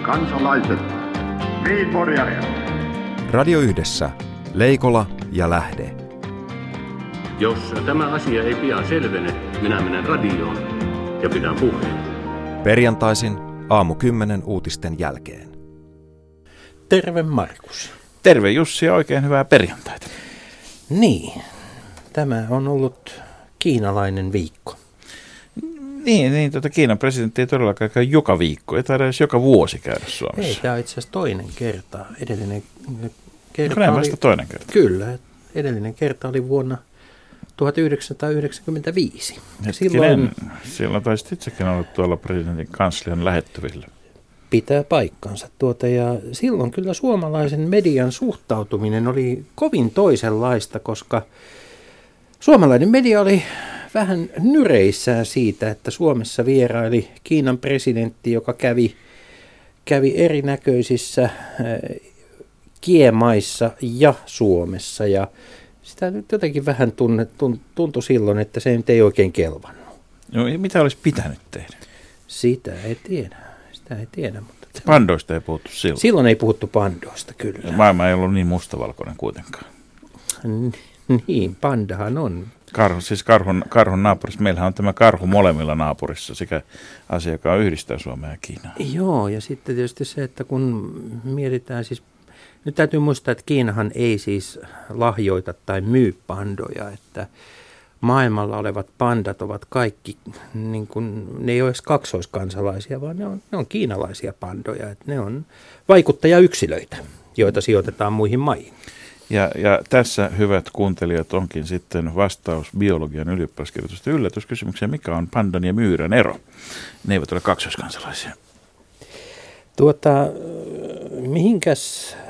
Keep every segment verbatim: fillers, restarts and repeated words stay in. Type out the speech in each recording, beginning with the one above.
kansalaiset, Viinporjaria. Radio Yhdessä, Leikola ja Lähde. Jos tämä asia ei pian selvene, minä menen radioon ja pidän puheen. Perjantaisin aamu kymmenen uutisten jälkeen. Terve Markus. Terve Jussi ja oikein hyvää perjantaita. Niin, tämä on ollut kiinalainen viikko. Niin, niin tuota Kiinan presidentti ei todellakaan käy joka viikko, ei taida edes joka vuosi käydä Suomessa. Ei, tämä on itse asiassa toinen kerta. Edellinen kerta Onko oli, vasta toinen kerta? Kyllä, edellinen kerta oli vuonna tuhatyhdeksänsataayhdeksänkymmentäviisi. Hetkinen, Silloin silloin taisit itsekin olla tuolla presidentin kanslian lähettyvillä. pitää paikkansa tuota, ja silloin kyllä suomalaisen median suhtautuminen oli kovin toisenlaista, koska suomalainen media oli vähän nyreissään siitä, että Suomessa vieraili Kiinan presidentti, joka kävi, kävi erinäköisissä äh, kiemaissa ja Suomessa. Ja sitä nyt jotenkin vähän tunne, tuntui silloin, että se nyt ei oikein kelvannut. No, mitä olisi pitänyt tehdä? Sitä ei tiedä. Sitä ei tiedä. Mutta Pandoista ei puhuttu silloin. Silloin ei puhuttu pandoista, kyllä. Maailma ei ollut niin mustavalkoinen kuitenkaan. Niin, pandahan on. Karhu, siis karhun, karhun naapurissa. Meillähän on tämä karhu molemmilla naapurissa, sekä asia, joka yhdistää Suomea ja Kiinaa. Joo, ja sitten tietysti se, että kun mietitään siis, nyt täytyy muistaa, että Kiinahan ei siis lahjoita tai myy pandoja, että maailmalla olevat pandat ovat kaikki, niin kuin, ne ei ole edes kaksoiskansalaisia, vaan ne on, ne on kiinalaisia pandoja, että ne on vaikuttajayksilöitä, joita sijoitetaan muihin maihin. Ja, ja tässä, hyvät kuuntelijat, onkin sitten vastaus biologian ylioppilaskirjoitusta yllätyskysymykseen, mikä on pandan ja myyrän ero. Ne eivät ole kaksoiskansalaisia. Tuota, mihinkäs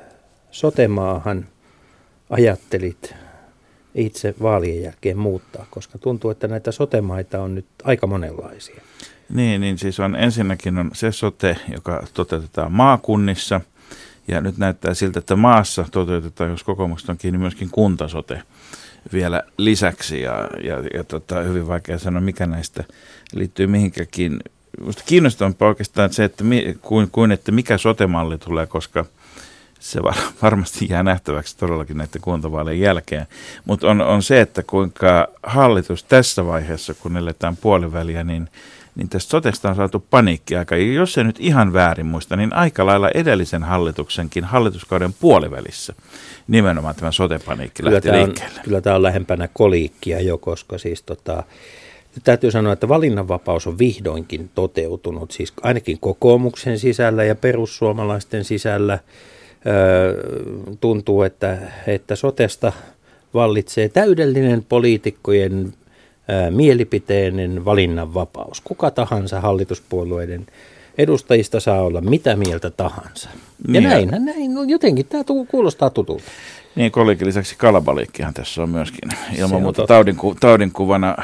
sotemaahan ajattelit itse vaalien jälkeen muuttaa, koska tuntuu, että näitä sotemaita on nyt aika monenlaisia. Niin, niin siis on ensinnäkin on se sote, joka toteutetaan maakunnissa. Ja nyt näyttää siltä, että maassa toteutetaan, jos kokoomuksesta on kiinni, myöskin kuntasote vielä lisäksi. Ja, ja, ja tota, hyvin vaikea sanoa, mikä näistä liittyy mihinkäkin. Minusta kiinnostavampaa oikeastaan se, että mi, kuin, kuin että mikä sote-malli tulee, koska se var, varmasti jää nähtäväksi todellakin näiden kuntavaalien jälkeen. Mutta on, on se, että kuinka hallitus tässä vaiheessa, kun eletään puoliväliä, niin niin tästä sotesta on saatu paniikkiaika. Ja jos se nyt ihan väärin muista, niin aika lailla edellisen hallituksenkin hallituskauden puolivälissä nimenomaan tämä sote-paniikki kyllä lähti tämä on, liikkeelle. Kyllä tämä on lähempänä koliikkia jo, koska siis tota, täytyy sanoa, että valinnanvapaus on vihdoinkin toteutunut, siis ainakin kokoomuksen sisällä ja perussuomalaisten sisällä. Öö, tuntuu, että, että sotesta vallitsee täydellinen poliitikkojen mielipiteinen valinnanvapaus. Kuka tahansa hallituspuolueiden edustajista saa olla mitä mieltä tahansa. Ja niin, näin, näin, no jotenkin tämä kuulostaa tutulta. Niin, kollekin lisäksi kalabaliikkihan tässä on myöskin ilman on muuta taudinku, taudinkuvana.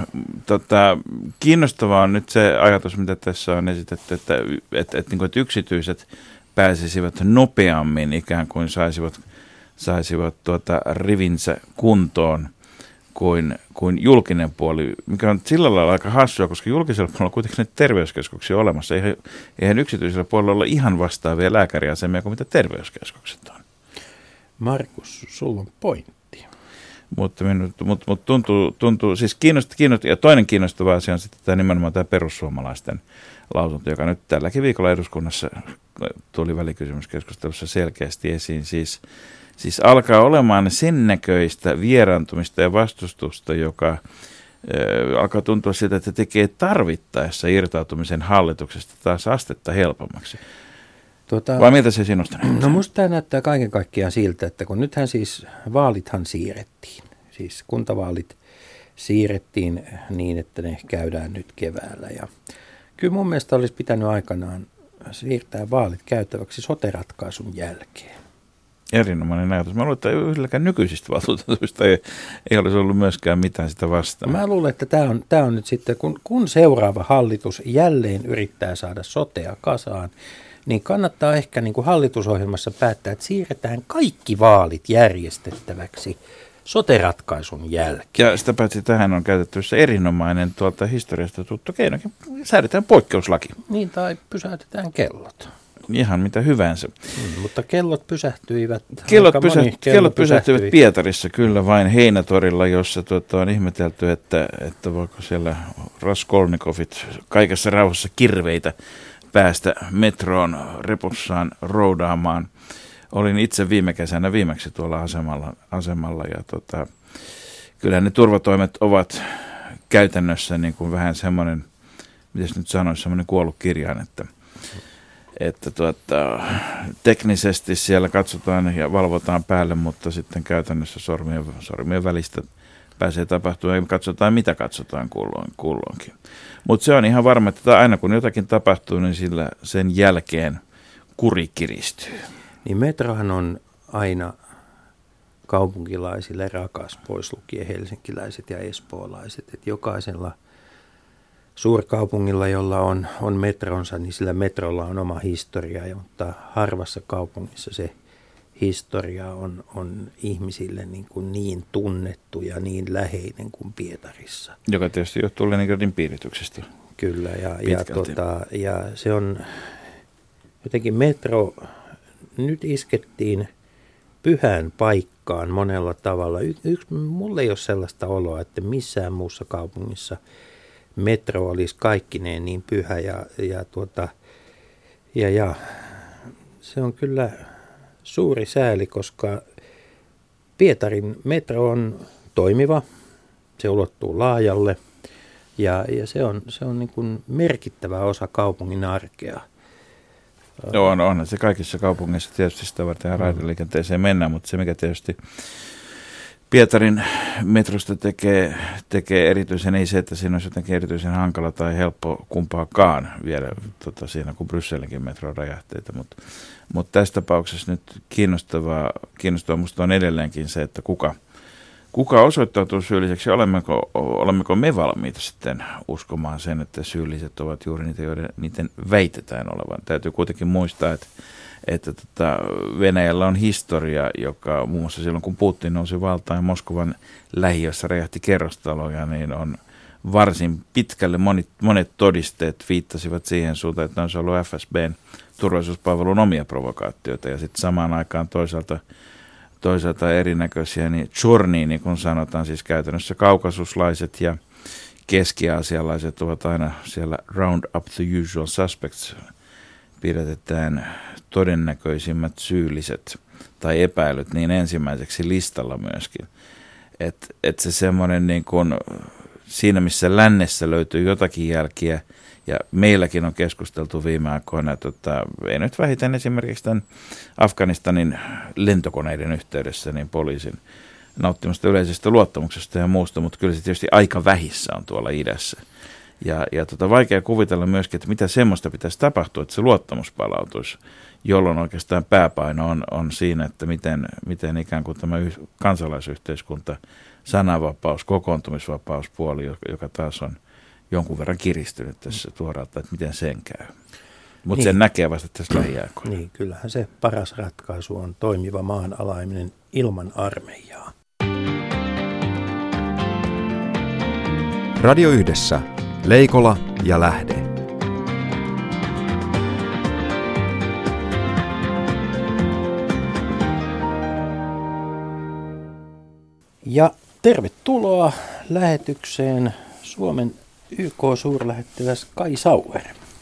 Tota, kiinnostavaa on nyt se ajatus, mitä tässä on esitetty, että, että, että, että yksityiset pääsisivät nopeammin, ikään kuin saisivat, saisivat tuota rivinsä kuntoon kuin, kuin julkinen puoli, mikä on sillä lailla aika hassua, koska julkisella puolella on kuitenkin näitä terveyskeskuksia olemassa. Eihän, eihän yksityisellä puolella ole ihan vastaavia lääkäriasemia kuin mitä terveyskeskukset on. Markus, sulla on pointti. Mutta, mutta, mutta tuntuu, tuntuu, siis kiinnostaa, kiinnostaa, ja toinen kiinnostava asia on sitten tämä nimenomaan tämä perussuomalaisten lausunto, joka nyt tälläkin viikolla eduskunnassa tuli välikysymyskeskustelussa selkeästi esiin. Siis Siis alkaa olemaan sen näköistä vieraantumista ja vastustusta, joka äh, alkaa tuntua siltä, että tekee tarvittaessa irtautumisen hallituksesta taas astetta helpommaksi. Tuota, Vai miltä se sinusta näyttää? No musta tämä näyttää kaiken kaikkiaan siltä, että kun nythän siis vaalithan siirrettiin, siis kuntavaalit siirrettiin niin, että ne käydään nyt keväällä. Ja kyllä mun mielestä olisi pitänyt aikanaan siirtää vaalit käyttäväksi sote-ratkaisun jälkeen. Erinomainen ajatus. Mä luulen, että yhdelläkään nykyisistä valtuutetuista ei, ei olisi ollut myöskään mitään sitä vastaan. Mä luulen, että tämä on, tämä on nyt sitten, kun, kun seuraava hallitus jälleen yrittää saada sotea kasaan, niin kannattaa ehkä niin kuin hallitusohjelmassa päättää, että siirretään kaikki vaalit järjestettäväksi sote-ratkaisun jälkeen. Ja sitä paitsi tähän on käytettävissä erinomainen tuolta historiasta tuttu keinokin. Säädetään poikkeuslaki. Niin, tai pysäytetään kellot. ihan mitä hyvänsä. Mm, mutta kellot pysähtyivät. Kellot, pysä, kello kellot pysähtyivät pysähtyi. Pietarissa kyllä vain Heinätorilla, jossa tuota, on ihmetelty, että, että voiko siellä Raskolnikovit kaikessa rauhassa kirveitä päästä metroon repussaan roudaamaan. Olin itse viime kesänä viimeksi tuolla asemalla, asemalla ja tota, kyllä ne turvatoimet ovat käytännössä niin kuin vähän semmoinen, mitäs nyt sanoisi, semmoinen kuollut kirjain, että, että tuota, teknisesti siellä katsotaan ja valvotaan päälle, mutta sitten käytännössä sormien, sormien välistä pääsee tapahtumaan ja katsotaan mitä katsotaan kulloin, kulloinkin. Mutta se on ihan varma, että aina kun jotakin tapahtuu, niin sillä sen jälkeen kuri kiristyy. Niin metrohan on aina kaupunkilaisille rakas, pois lukien helsinkiläiset ja espoolaiset. Et jokaisella suurkaupungilla, jolla on, on metronsa, niin sillä metrolla on oma historia, mutta harvassa kaupungissa se historia on, on ihmisille niin, kuin niin tunnettu ja niin läheinen kuin Pietarissa. Joka tietysti johtuu Leningradin piirityksestä. Kyllä, ja, ja, tota, ja se on jotenkin metro, nyt iskettiin pyhään paikkaan monella tavalla. Y- yksi, mulla ei ole sellaista oloa, että missään muussa kaupungissa metro olisi kaikkineen niin pyhä ja, ja, tuota, ja, ja se on kyllä suuri sääli, koska Pietarin metro on toimiva, se ulottuu laajalle ja, ja se on, se on niin kuin merkittävä osa kaupungin arkea. No on, on se kaikissa kaupungeissa tietysti sitä varten raideliikenteeseen mennään, mutta se mikä tietysti Pietarin metrosta tekee, tekee erityisen, ei se, että siinä olisi jotenkin erityisen hankala tai helppo kumpaakaan vielä tota, siinä kuin Brysselinkin metron räjähteitä, mutta, mutta tässä tapauksessa nyt kiinnostavaa, kiinnostavaa minusta on edelleenkin se, että kuka, kuka osoittautuu syylliseksi, olemmeko, olemmeko me valmiita sitten uskomaan sen, että syylliset ovat juuri niitä, joiden niiden väitetään olevan. Täytyy kuitenkin muistaa, että että tota, Venäjällä on historia, joka muun muassa silloin, kun Putin nousi valtaan ja Moskovan lähiössä räjähti kerrostaloja, niin on varsin pitkälle monet, monet todisteet viittasivat siihen suuntaan, että on ollut F S B:n turvallisuuspalvelun omia provokaatioita ja sitten samaan aikaan toisaalta, toisaalta erinäköisiä, niin churni, niin kuin sanotaan, siis käytännössä kaukasuslaiset ja keski-aasialaiset ovat aina siellä round up the usual suspects, pidätetään todennäköisimmät syylliset tai epäilyt niin ensimmäiseksi listalla myöskin. Että et se semmoinen niin kuin siinä, missä lännessä löytyy jotakin jälkiä, ja meilläkin on keskusteltu viime aikoina, tota, ei nyt vähiten esimerkiksi tämän Afganistanin lentokoneiden yhteydessä, niin poliisin nauttimasta yleisestä luottamuksesta ja muusta, mutta kyllä se tietysti aika vähissä on tuolla idässä. Ja, ja tota, vaikea kuvitella myöskin, että mitä semmoista pitäisi tapahtua, että se luottamus palautuisi, jolloin oikeastaan pääpaino on, on siinä, että miten, miten ikään kuin tämä yh, kansalaisyhteiskunta, sananvapaus, kokoontumisvapauspuoli, joka, joka taas on jonkun verran kiristynyt tässä tuoraalta, että miten sen käy. Mutta niin. Sen näkee vasta tässä lähiaikoina. Niin, kyllähän se paras ratkaisu on toimiva maanalainen ilman armeijaa. Radio Yhdessä. Leikola ja Lähde. Ja tervetuloa lähetykseen Suomen Y K-suurlähettiläs Kai Sauer.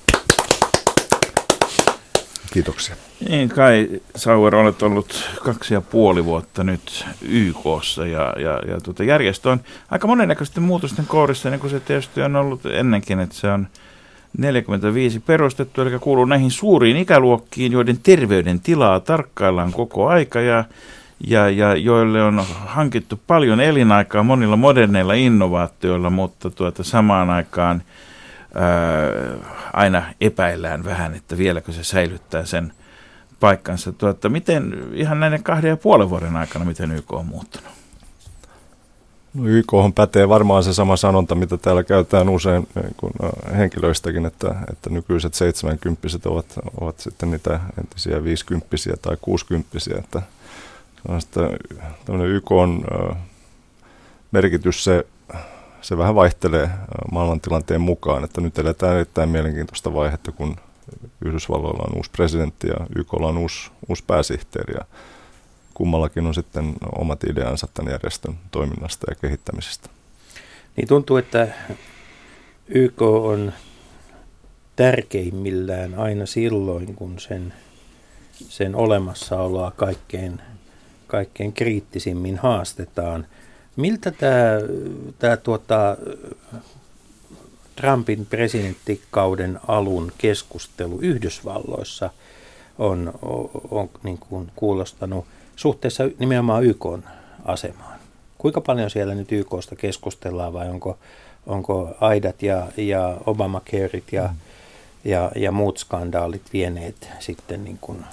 Kiitoksia. Niin, Kai Sauer, olet ollut kaksi ja puoli vuotta nyt Y K:ssa ja, ja, ja tuota, järjestö on aika monennäköisten muutosten kourissa, niin kuin se tietysti on ollut ennenkin, että se on neljäkymmentäviisi perustettu, eli kuuluu näihin suuriin ikäluokkiin, joiden terveydentilaa tarkkaillaan koko aika ja, ja, ja joille on hankittu paljon elinaikaa monilla moderneilla innovaatioilla, mutta tuota, samaan aikaan ää, aina epäillään vähän, että vieläkö se säilyttää sen paikkansa. Tuota, miten ihan näiden kahden ja puolen vuoden aikana, miten Y K on muuttunut? No Y K:hon pätee varmaan se sama sanonta, mitä täällä käytetään usein niin kuin henkilöistäkin, että, että nykyiset seitsemänkymppiset ovat, ovat sitten niitä entisiä viisikymppisiä tai kuusikymppisiä. Että tämmöinen Y K:n merkitys, se, se vähän vaihtelee maailmantilanteen mukaan, että nyt eletään erittäin mielenkiintoista vaihetta, kun Yhdysvalloilla on uusi presidentti ja Y K:lla on uusi, uusi pääsihteeri. Ja kummallakin on sitten omat ideansa tämän järjestön toiminnasta ja kehittämisestä. Niin tuntuu, että Y K on tärkeimmillään aina silloin, kun sen, sen olemassaoloa kaikkein, kaikkein kriittisimmin haastetaan. Miltä tämä, tämä tuota, Trumpin presidenttikauden alun keskustelu Yhdysvalloissa on, on, on niin kuin kuulostanut suhteessa nimenomaan Y K:n asemaan? Kuinka paljon siellä nyt Y K:sta keskustellaan vai onko, onko aidat ja, ja Obamacareit ja, mm. ja, ja muut skandaalit vieneet sitten niin kuin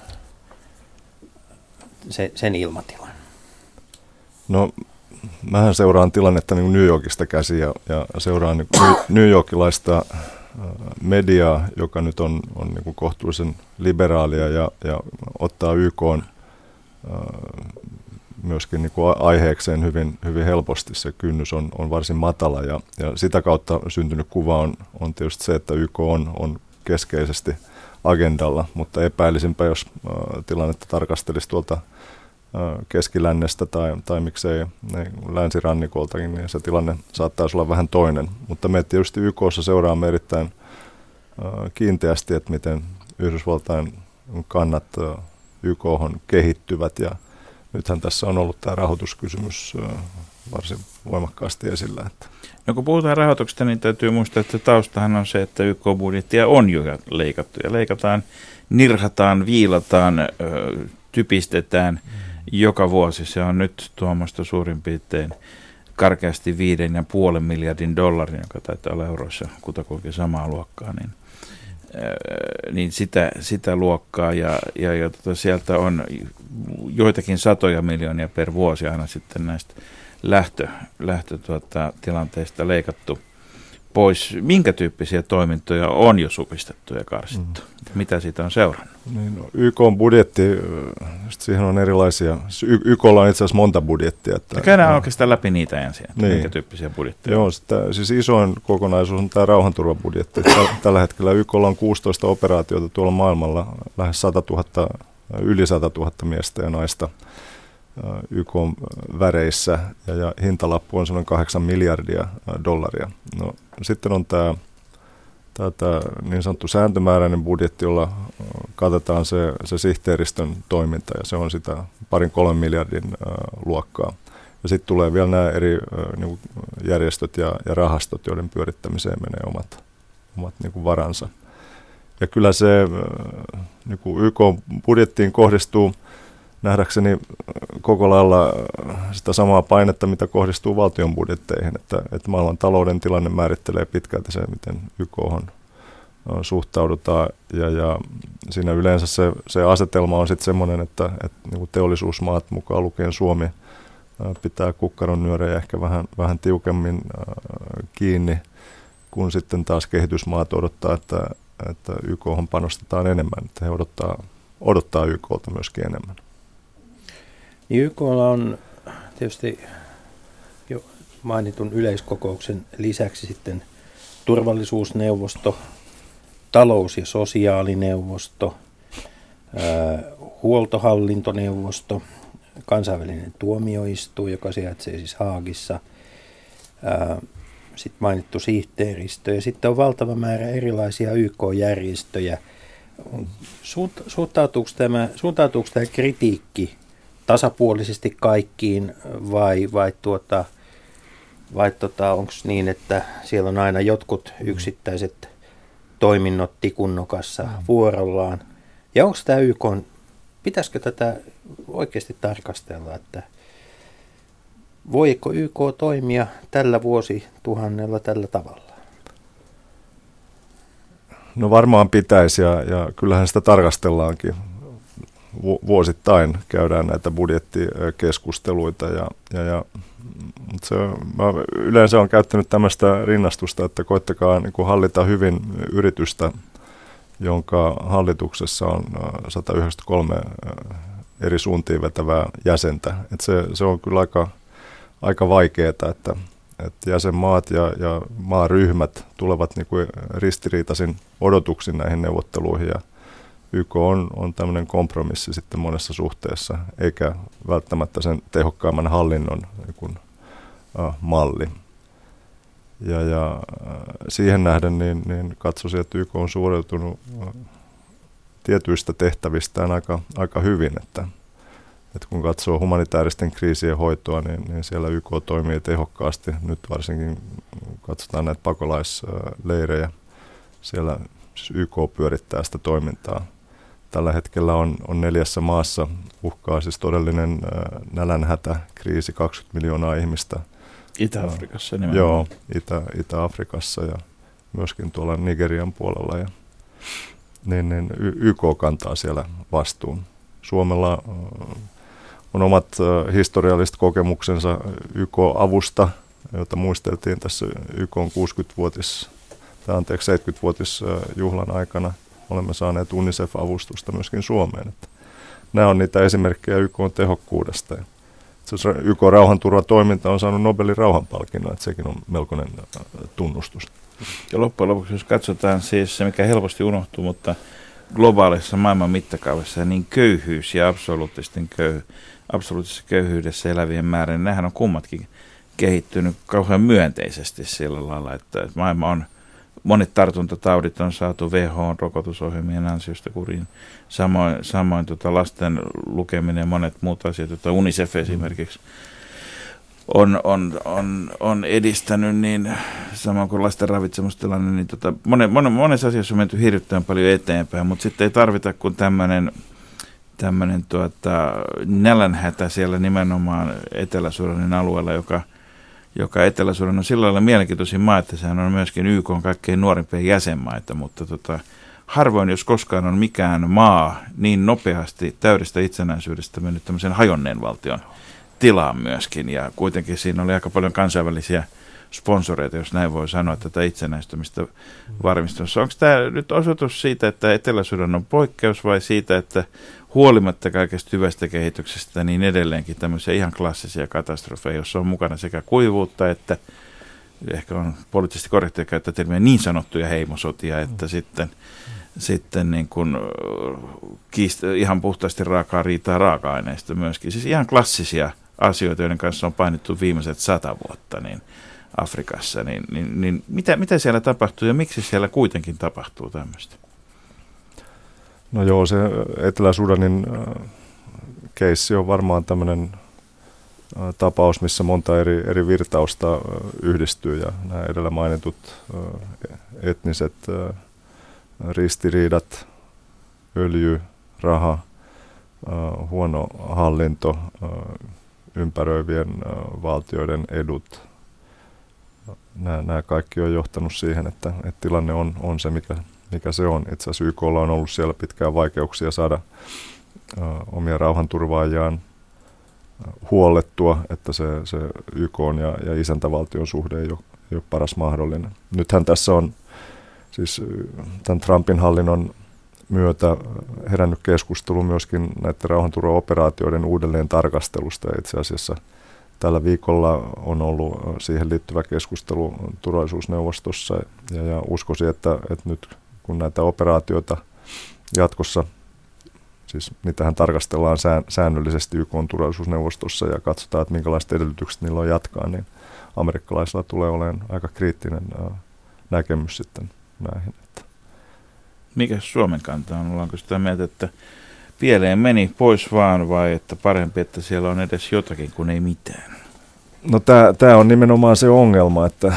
se, sen ilmatilan? No, mähän seuraan tilannetta niin New Yorkista käsin ja, ja seuraan niin New Yorkilaista mediaa, joka nyt on, on niin kuin kohtuullisen liberaalia ja, ja ottaa Y K:n myöskin niin kuin aiheekseen hyvin, hyvin helposti. Se kynnys on, on varsin matala ja, ja sitä kautta syntynyt kuva on, on tietysti se, että Y K on, on keskeisesti agendalla, mutta epäilisinpä, jos äh, tilannetta tarkastelisi tuolta äh, keskilännestä tai, tai miksei länsirannikoltakin, niin se tilanne saattaisi olla vähän toinen. Mutta me tietysti Y K:ssa seuraamme erittäin äh, kiinteästi, että miten Yhdysvaltain kannat äh, Y K:hon kehittyvät ja nythän tässä on ollut tämä rahoituskysymys varsin voimakkaasti esillä. Että. No kun puhutaan rahoituksesta, niin täytyy muistaa, että taustahan on se, että Y K-budjettia on jo leikattu. Ja leikataan, nirhataan, viilataan, typistetään mm. joka vuosi. Se on nyt tuommoista suurin piirtein karkeasti viiden ja puolen miljardin dollarin, joka taitaa olla euroissa kutakuinkin samaa luokkaa, niin niin sitä, sitä luokkaa ja, ja, ja tota sieltä on joitakin satoja miljoonia per vuosi aina sitten näistä lähtö, lähtö tuota, tilanteista leikattu pois. Minkä tyyppisiä toimintoja on jo supistettu ja karsittu? Mm. Mitä siitä on seurannut? Niin, no, Y K:n budjetti, siihen on erilaisia. Y- YKlla on itse asiassa monta budjettia. Että, ja käydään no, oikeastaan läpi niitä ensin, että niin. Minkä tyyppisiä budjetteja? Joo, sitä, siis isoin kokonaisuus on tämä rauhanturvabudjetti. Tällä hetkellä YKlla on kuusitoista operaatiota tuolla maailmalla, lähes sata tuhatta, yli sata tuhatta miestä ja naista Y K:n väreissä, ja, ja hintalappu on sellainen kahdeksan miljardia dollaria. No, sitten on tämä Tämä niin sanottu sääntömääräinen budjetti, jolla katetaan se, se sihteeristön toiminta, ja se on sitä parin kolmen miljardin äh, luokkaa. Ja sitten tulee vielä nämä eri äh, niin järjestöt ja, ja rahastot, joiden pyörittämiseen menee omat, omat niin kuin varansa. Ja kyllä se äh, niin kuin Y K-budjettiin kohdistuu nähdäkseni koko lailla sitä samaa painetta, mitä kohdistuu valtion budjetteihin, että, että maailman talouden tilanne määrittelee pitkälti se, miten Y K:hon suhtaudutaan, ja, ja siinä yleensä se, se asetelma on sitten semmoinen, että, että niin kuin teollisuusmaat mukaan lukien Suomi pitää kukkaron nyörejä ehkä vähän, vähän tiukemmin kiinni, kun sitten taas kehitysmaat odottaa, että, että Y K:hon panostetaan enemmän, että he odottaa, odottaa Y K:lta myöskin enemmän. Y K:lla on tietysti jo mainitun yleiskokouksen lisäksi sitten turvallisuusneuvosto, talous- ja sosiaalineuvosto, ää, huoltohallintoneuvosto, kansainvälinen tuomioistuin, joka sijaitsee siis Haagissa, sitten mainittu sihteeristö, ja sitten on valtava määrä erilaisia Y K-järjestöjä. Suuntautuuko tämä, suuntautuuko tämä kritiikki tasapuolisesti kaikkiin, vai, vai, tuota, vai tota, onko niin, että siellä on aina jotkut yksittäiset toiminnot tikunnokassa vuorollaan? Ja onko tämä Y K, pitäisikö tätä oikeasti tarkastella, että voiko Y K toimia tällä vuosituhannella tällä tavalla? No varmaan pitäisi, ja, ja kyllähän sitä tarkastellaankin. Vuosittain käydään näitä budjettikeskusteluita, ja, ja, ja se, mä yleensä olen käyttänyt tämmöistä rinnastusta, että koettakaa niin kuin hallita hyvin yritystä, jonka hallituksessa on sata yhdeksänkymmentäkolme eri suuntiin vetävää jäsentä. Et se, se on kyllä aika, aika vaikeaa, että että jäsenmaat ja, ja maaryhmät tulevat niin kuin ristiriitaisin odotuksin näihin neuvotteluihin ja Y K on, on tämmöinen kompromissi sitten monessa suhteessa, eikä välttämättä sen tehokkaamman hallinnon niin kuin, äh, malli. Ja, ja äh, siihen nähden niin, niin katsoisin, että Y K on suoriutunut äh, tietyistä tehtävistään aika, aika hyvin, että, että kun katsoo humanitaaristen kriisien hoitoa, niin, niin siellä Y K toimii tehokkaasti. Nyt varsinkin katsotaan näitä pakolaisleirejä, siellä siis Y K pyörittää sitä toimintaa. Tällä hetkellä on, on neljässä maassa uhkaa siis todellinen äh, nälänhätä, kriisi, kaksikymmentä miljoonaa ihmistä. Itä-Afrikassa nimenomaan. Joo, Itä, Itä-Afrikassa ja myöskin tuolla Nigerian puolella. Ja, niin, niin Y K kantaa siellä vastuun. Suomella äh, on omat äh, historialliset kokemuksensa Y K-avusta, jota muisteltiin tässä Y K:n kuusikymmentävuotis, tai anteeksi seitsemänkymmentävuotisjuhlan aikana. Olemme saaneet UNICEF-avustusta myöskin Suomeen. Että nämä on niitä esimerkkejä Y K:n tehokkuudesta. Y K-rauhanturvatoiminta on saanut Nobelin rauhanpalkinnon, että sekin on melkoinen tunnustus. Ja loppujen lopuksi, jos katsotaan siis se, mikä helposti unohtuu, mutta globaalissa maailman mittakaavassa niin köyhyys ja absoluuttisten köy- absoluuttisessa köyhyydessä elävien määrä, niin nämähän on kummatkin kehittynyt kauhean myönteisesti sillä lailla, että maailma on, monet tartuntataudit on saatu W H O-rokotusohjelmien ansiosta kuriin. Samoin, samoin tota lasten lukeminen ja monet muut asiat, joita UNICEF esimerkiksi on, on, on, on edistänyt, niin samoin kuin lasten ravitsemustilanne, niin tota, monen, monen, monessa asiassa on menty hirvittävän paljon eteenpäin, mutta sitten ei tarvita kuin tämmöinen tämmöinen tuota, nälänhätä siellä nimenomaan Etelä-Sudanin alueella, joka joka Etelä-Sudan on sillä lailla mielenkiintoisin maa, että sehän on myöskin Y K:n kaikkein nuorimpia jäsenmaita, mutta tota, harvoin jos koskaan on mikään maa niin nopeasti täydestä itsenäisyydestä mennyt tämmöisen hajonneen valtion tilaan myöskin, ja kuitenkin siinä oli aika paljon kansainvälisiä sponsoreita, jos näin voi sanoa, tätä itsenäistymistä varmistamassa. Onko tämä nyt osoitus siitä, että Etelä-Sudan on poikkeus, vai siitä, että huolimatta kaikesta hyvästä kehityksestä, niin edelleenkin tämmöisiä ihan klassisia katastrofeja, joissa on mukana sekä kuivuutta, että ehkä on poliittisesti korrektia käyttää termiä niin sanottuja heimosotia, että mm. sitten, sitten niin kuin kiist- ihan puhtaasti raakaa riitaa raaka-aineista myöskin. Siis ihan klassisia asioita, joiden kanssa on painittu viimeiset sata vuotta niin Afrikassa. Niin, niin, niin mitä, mitä siellä tapahtuu ja miksi siellä kuitenkin tapahtuu tämmöistä? No joo, se Etelä-Sudanin äh, keissi on varmaan tämmöinen äh, tapaus, missä monta eri, eri virtausta äh, yhdistyy ja nämä edellä mainitut äh, etniset äh, ristiriidat, öljy, raha, äh, huono hallinto, äh, ympäröivien äh, valtioiden edut. Nämä, nämä kaikki on johtanut siihen, että, että tilanne on, on se, mikä mikä se on. Itse asiassa Y K:lla on ollut siellä pitkään vaikeuksia saada ä, omia rauhanturvaajiaan huollettua, että se, se Y K:n ja, ja isäntävaltion suhde ei ole, ei ole paras mahdollinen. Nythän tässä on siis tämän Trumpin hallinnon myötä herännyt keskustelu myöskin näiden rauhanturvaoperaatioiden uudelleen tarkastelusta. Ja itse asiassa tällä viikolla on ollut siihen liittyvä keskustelu turvallisuusneuvostossa ja, ja uskoisin, että, että nyt kun näitä operaatioita jatkossa, siis niitähän tarkastellaan sään, säännöllisesti Y K:n turvallisuusneuvostossa ja katsotaan, että minkälaiset edellytykset niillä on jatkaa, niin amerikkalaisilla tulee olemaan aika kriittinen ää, näkemys sitten näihin. Että. Mikä Suomen kanta on? Ollaanko sitä mieltä, että pieleen meni pois vaan vai että parempi, että siellä on edes jotakin kuin ei mitään? No tämä on nimenomaan se ongelma, että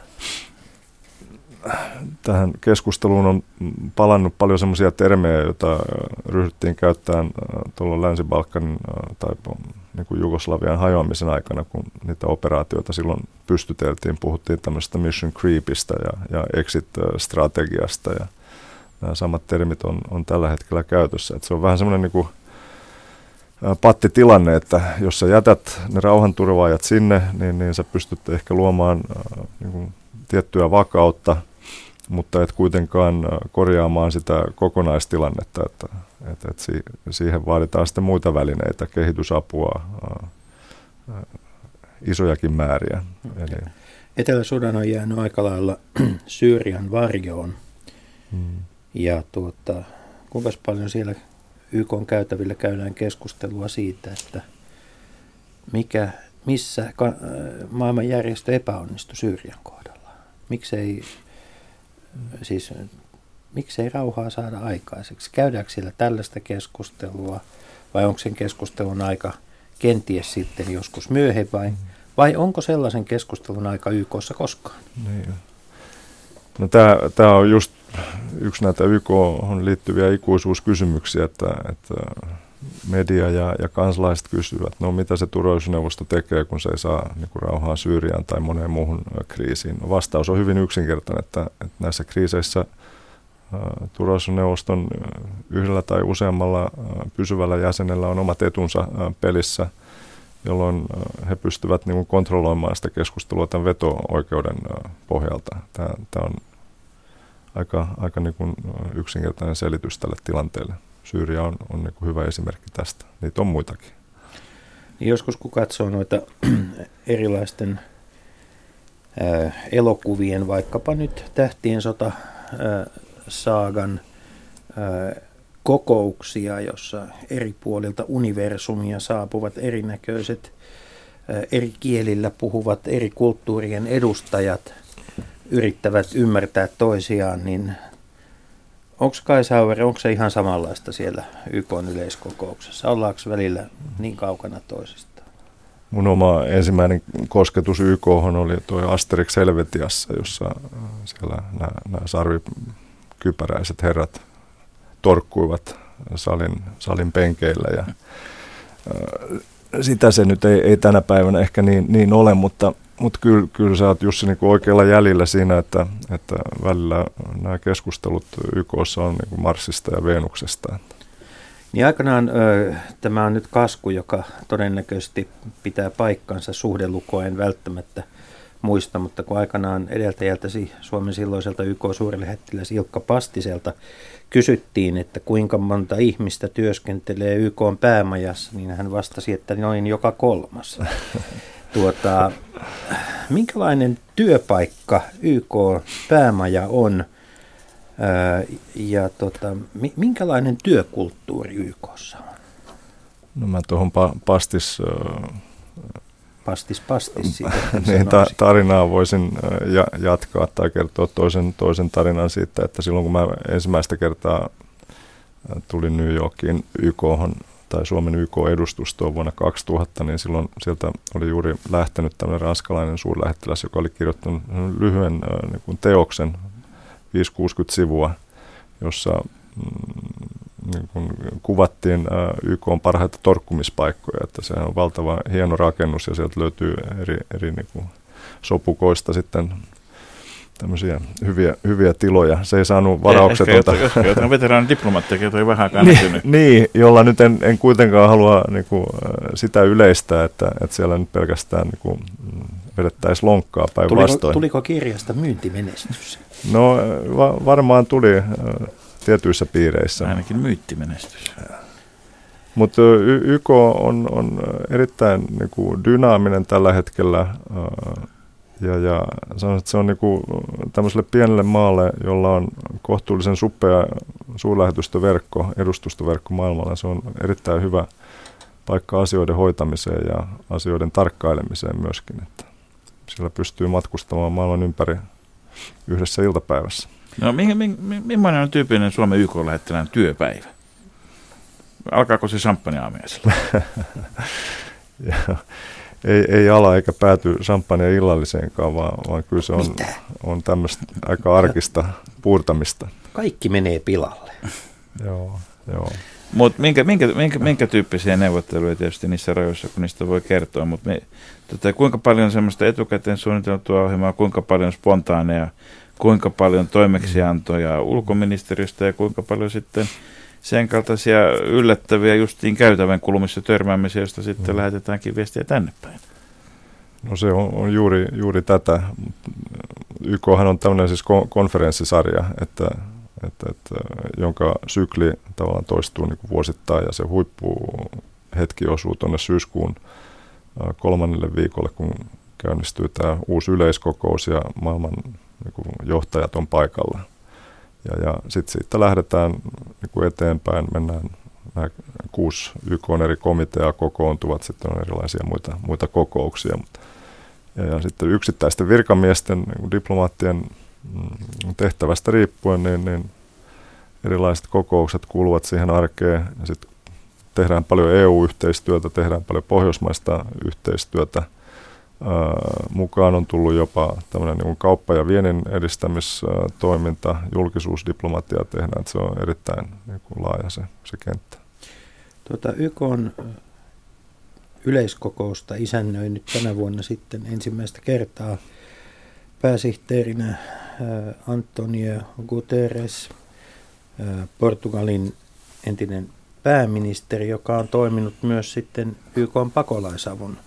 tähän keskusteluun on palannut paljon semmoisia termejä, joita ryhdyttiin käyttämään tuolla Länsi-Balkanin tai niin kuin Jugoslavian hajoamisen aikana, kun niitä operaatioita silloin pystyteltiin. Puhuttiin tämmöisestä mission creepistä ja, ja exit-strategiasta ja nämä samat termit on, on tällä hetkellä käytössä. Että se on vähän semmoinen niin kuin pattitilanne, että jos sä jätät ne rauhanturvaajat sinne, niin, niin sä pystyt ehkä luomaan äh, niin kuin tiettyä vakautta, mutta et kuitenkaan korjaamaan sitä kokonaistilannetta, että, että, että siihen vaaditaan sitten muita välineitä, kehitysapua, ää, isojakin määriä. Eli Etelä-Sudan on jäänyt aika lailla Syyrian varjoon. Hmm. Ja tuota, kuinka paljon siellä Y K:n käytävillä käydään keskustelua siitä, että mikä, missä ka- maailmanjärjestö epäonnistui Syyrian kohdalla. Miksei, siis, miksei rauhaa saada aikaiseksi? Käydäänkö siellä tällaista keskustelua vai onko sen keskustelun aika kenties sitten joskus myöhemmin vai, vai onko sellaisen keskustelun aika Y K:ssa koskaan? Niin. No tämä on just yksi näitä Y K:hon liittyviä ikuisuuskysymyksiä, että, että media ja, ja kansalaiset kysyvät, no mitä se turvallisuusneuvosto tekee, kun se ei saa niin kuin rauhaa Syyriaan tai moneen muuhun kriisiin. No, vastaus on hyvin yksinkertainen, että, että näissä kriiseissä ä, turvallisuusneuvoston yhdellä tai useammalla ä, pysyvällä jäsenellä on omat etunsa ä, pelissä, jolloin ä, he pystyvät niin kuin kontrolloimaan sitä keskustelua tämän veto-oikeuden ä, pohjalta. Tämä, tämä on aika, aika niin kuin yksinkertainen selitys tälle tilanteelle. Syyria on, on niin kuin hyvä esimerkki tästä. Niitä on muitakin. Niin joskus kun katsoo noita erilaisten ää, elokuvien, vaikkapa nyt Tähtien sota ää, saagan ää, kokouksia, jossa eri puolilta universumia saapuvat erinäköiset ää, eri kielillä puhuvat eri kulttuurien edustajat yrittävät ymmärtää toisiaan, niin onko Kai Sauer, onko se ihan samanlaista siellä Y K:n yleiskokouksessa? Ollaanko välillä niin kaukana toisistaan? Mun oma ensimmäinen kosketus Y K:hon oli tuo Asterix Helvetiassa, jossa siellä nämä, nämä sarvikypäräiset herrat torkkuivat salin, salin penkeillä. Ja, sitä se nyt ei, ei tänä päivänä ehkä niin, niin ole, mutta Mutta kyllä, kyllä sä oot Jussi niin kuin oikealla jäljellä siinä, että, että välillä nämä keskustelut Y K:ssa on niin kuin Marsista ja Venuksesta. Niin aikanaan ö, tämä on nyt kasku, joka todennäköisesti pitää paikkansa, suhdelukua en välttämättä muista, mutta kun aikanaan edeltäjältäsi Suomen silloiselta Y K-suurlähettiläs Ilkka Pastiselta kysyttiin, että kuinka monta ihmistä työskentelee Y K:n päämajassa, niin hän vastasi, että noin joka kolmas. Tuota, minkälainen työpaikka Y K-päämaja on ää, ja tota, minkälainen työkulttuuri Y K:ssa on? No mä tuohon pa- pastis, pastis, pastis siitä, niin, ta- tarinaa voisin ja- jatkaa tai kertoa toisen, toisen tarinan siitä, että silloin kun mä ensimmäistä kertaa tulin New Yorkiin Y K:hon, tai Suomen Y K-edustustoon vuonna kaksituhatta, niin silloin sieltä oli juuri lähtenyt tämmöinen ranskalainen suurlähettiläs, joka oli kirjoittanut lyhyen äh, niin kuin teoksen, viisikymmentä kuusikymmentä sivua, jossa mm, niin kuin kuvattiin äh, Y K:n parhaita torkkumispaikkoja, että se on valtava hieno rakennus ja sieltä löytyy eri, eri niin kuin sopukoista sitten tämmöisiä hyviä, hyviä tiloja. Se ei saanut varauksetonta. Ehkä jotain veteraanin diplomaatteja, joita ei vähänkään näkynyt. Niin, jolla nyt en, en kuitenkaan halua niin kuin, sitä yleistää, että, että siellä nyt pelkästään niin kuin, vedettäisiin lonkkaa päinvastoin. Tuliko, tuliko kirjasta myyntimenestys? No va, varmaan tuli äh, tietyissä piireissä. Ainakin myyttimenestys. Mutta Y K on, on erittäin niin kuin, dynaaminen tällä hetkellä. Äh, Ja, ja sanon, että se on niinku tämmöiselle pienelle maalle, jolla on kohtuullisen suppea suurlähetystöverkko, edustustoverkko maailmalla. Se on erittäin hyvä paikka asioiden hoitamiseen ja asioiden tarkkailemiseen myöskin. Että siellä pystyy matkustamaan maailman ympäri yhdessä iltapäivässä. No, millainen on tyypillinen Suomen Y K-lähettilään työpäivä? Alkaako se champagne-aamiaisella? Ei, ei ala eikä pääty champagne illalliseenkaan, vaan, vaan kyllä se on, on tämmöistä aika arkista puurtamista. Kaikki menee pilalle. Joo, joo. Mutta minkä, minkä, minkä, minkä tyyppisiä neuvotteluja tietysti niissä rajoissa, kun niistä voi kertoa, mutta tota, kuinka paljon semmoista etukäteen suunniteltua ohjelmaa, kuinka paljon spontaaneja, kuinka paljon toimeksiantoja ulkoministeriöstä ja kuinka paljon sitten sen kaltaisia yllättäviä justiin käytävän kulmissa törmäämisiä, joista sitten mm. lähetetäänkin viestiä tänne päin. No se on, on juuri, juuri tätä. Y K:han on tämmöinen siis konferenssisarja, että, että, että, jonka sykli tavallaan toistuu niin kuin vuosittain ja se huippuhetki osuu tuonne syyskuun kolmannelle viikolle, kun käynnistyy tämä uusi yleiskokous ja maailman niin kuin johtajat on paikalla. Ja, ja sitten siitä lähdetään niin kuin eteenpäin, mennään nämä kuusi Y K:n eri komiteaa kokoontuvat, sitten on erilaisia muita, muita kokouksia. Ja, ja sitten yksittäisten virkamiesten, niin kuin diplomaattien tehtävästä riippuen, niin, niin erilaiset kokoukset kuuluvat siihen arkeen. Ja sitten tehdään paljon E U-yhteistyötä, tehdään paljon pohjoismaista yhteistyötä. Ää, mukaan on tullut jopa tämmöinen niin kuin kauppa- ja viennin edistämistoiminta, julkisuusdiplomatiaa tehdään, että se on erittäin niin kuin laaja se, se kenttä. Tuota, Y K:n yleiskokousta isännöi nyt tänä vuonna sitten ensimmäistä kertaa pääsihteerinä Antonio Guterres, Portugalin entinen pääministeri, joka on toiminut myös sitten Y K:n pakolaisavun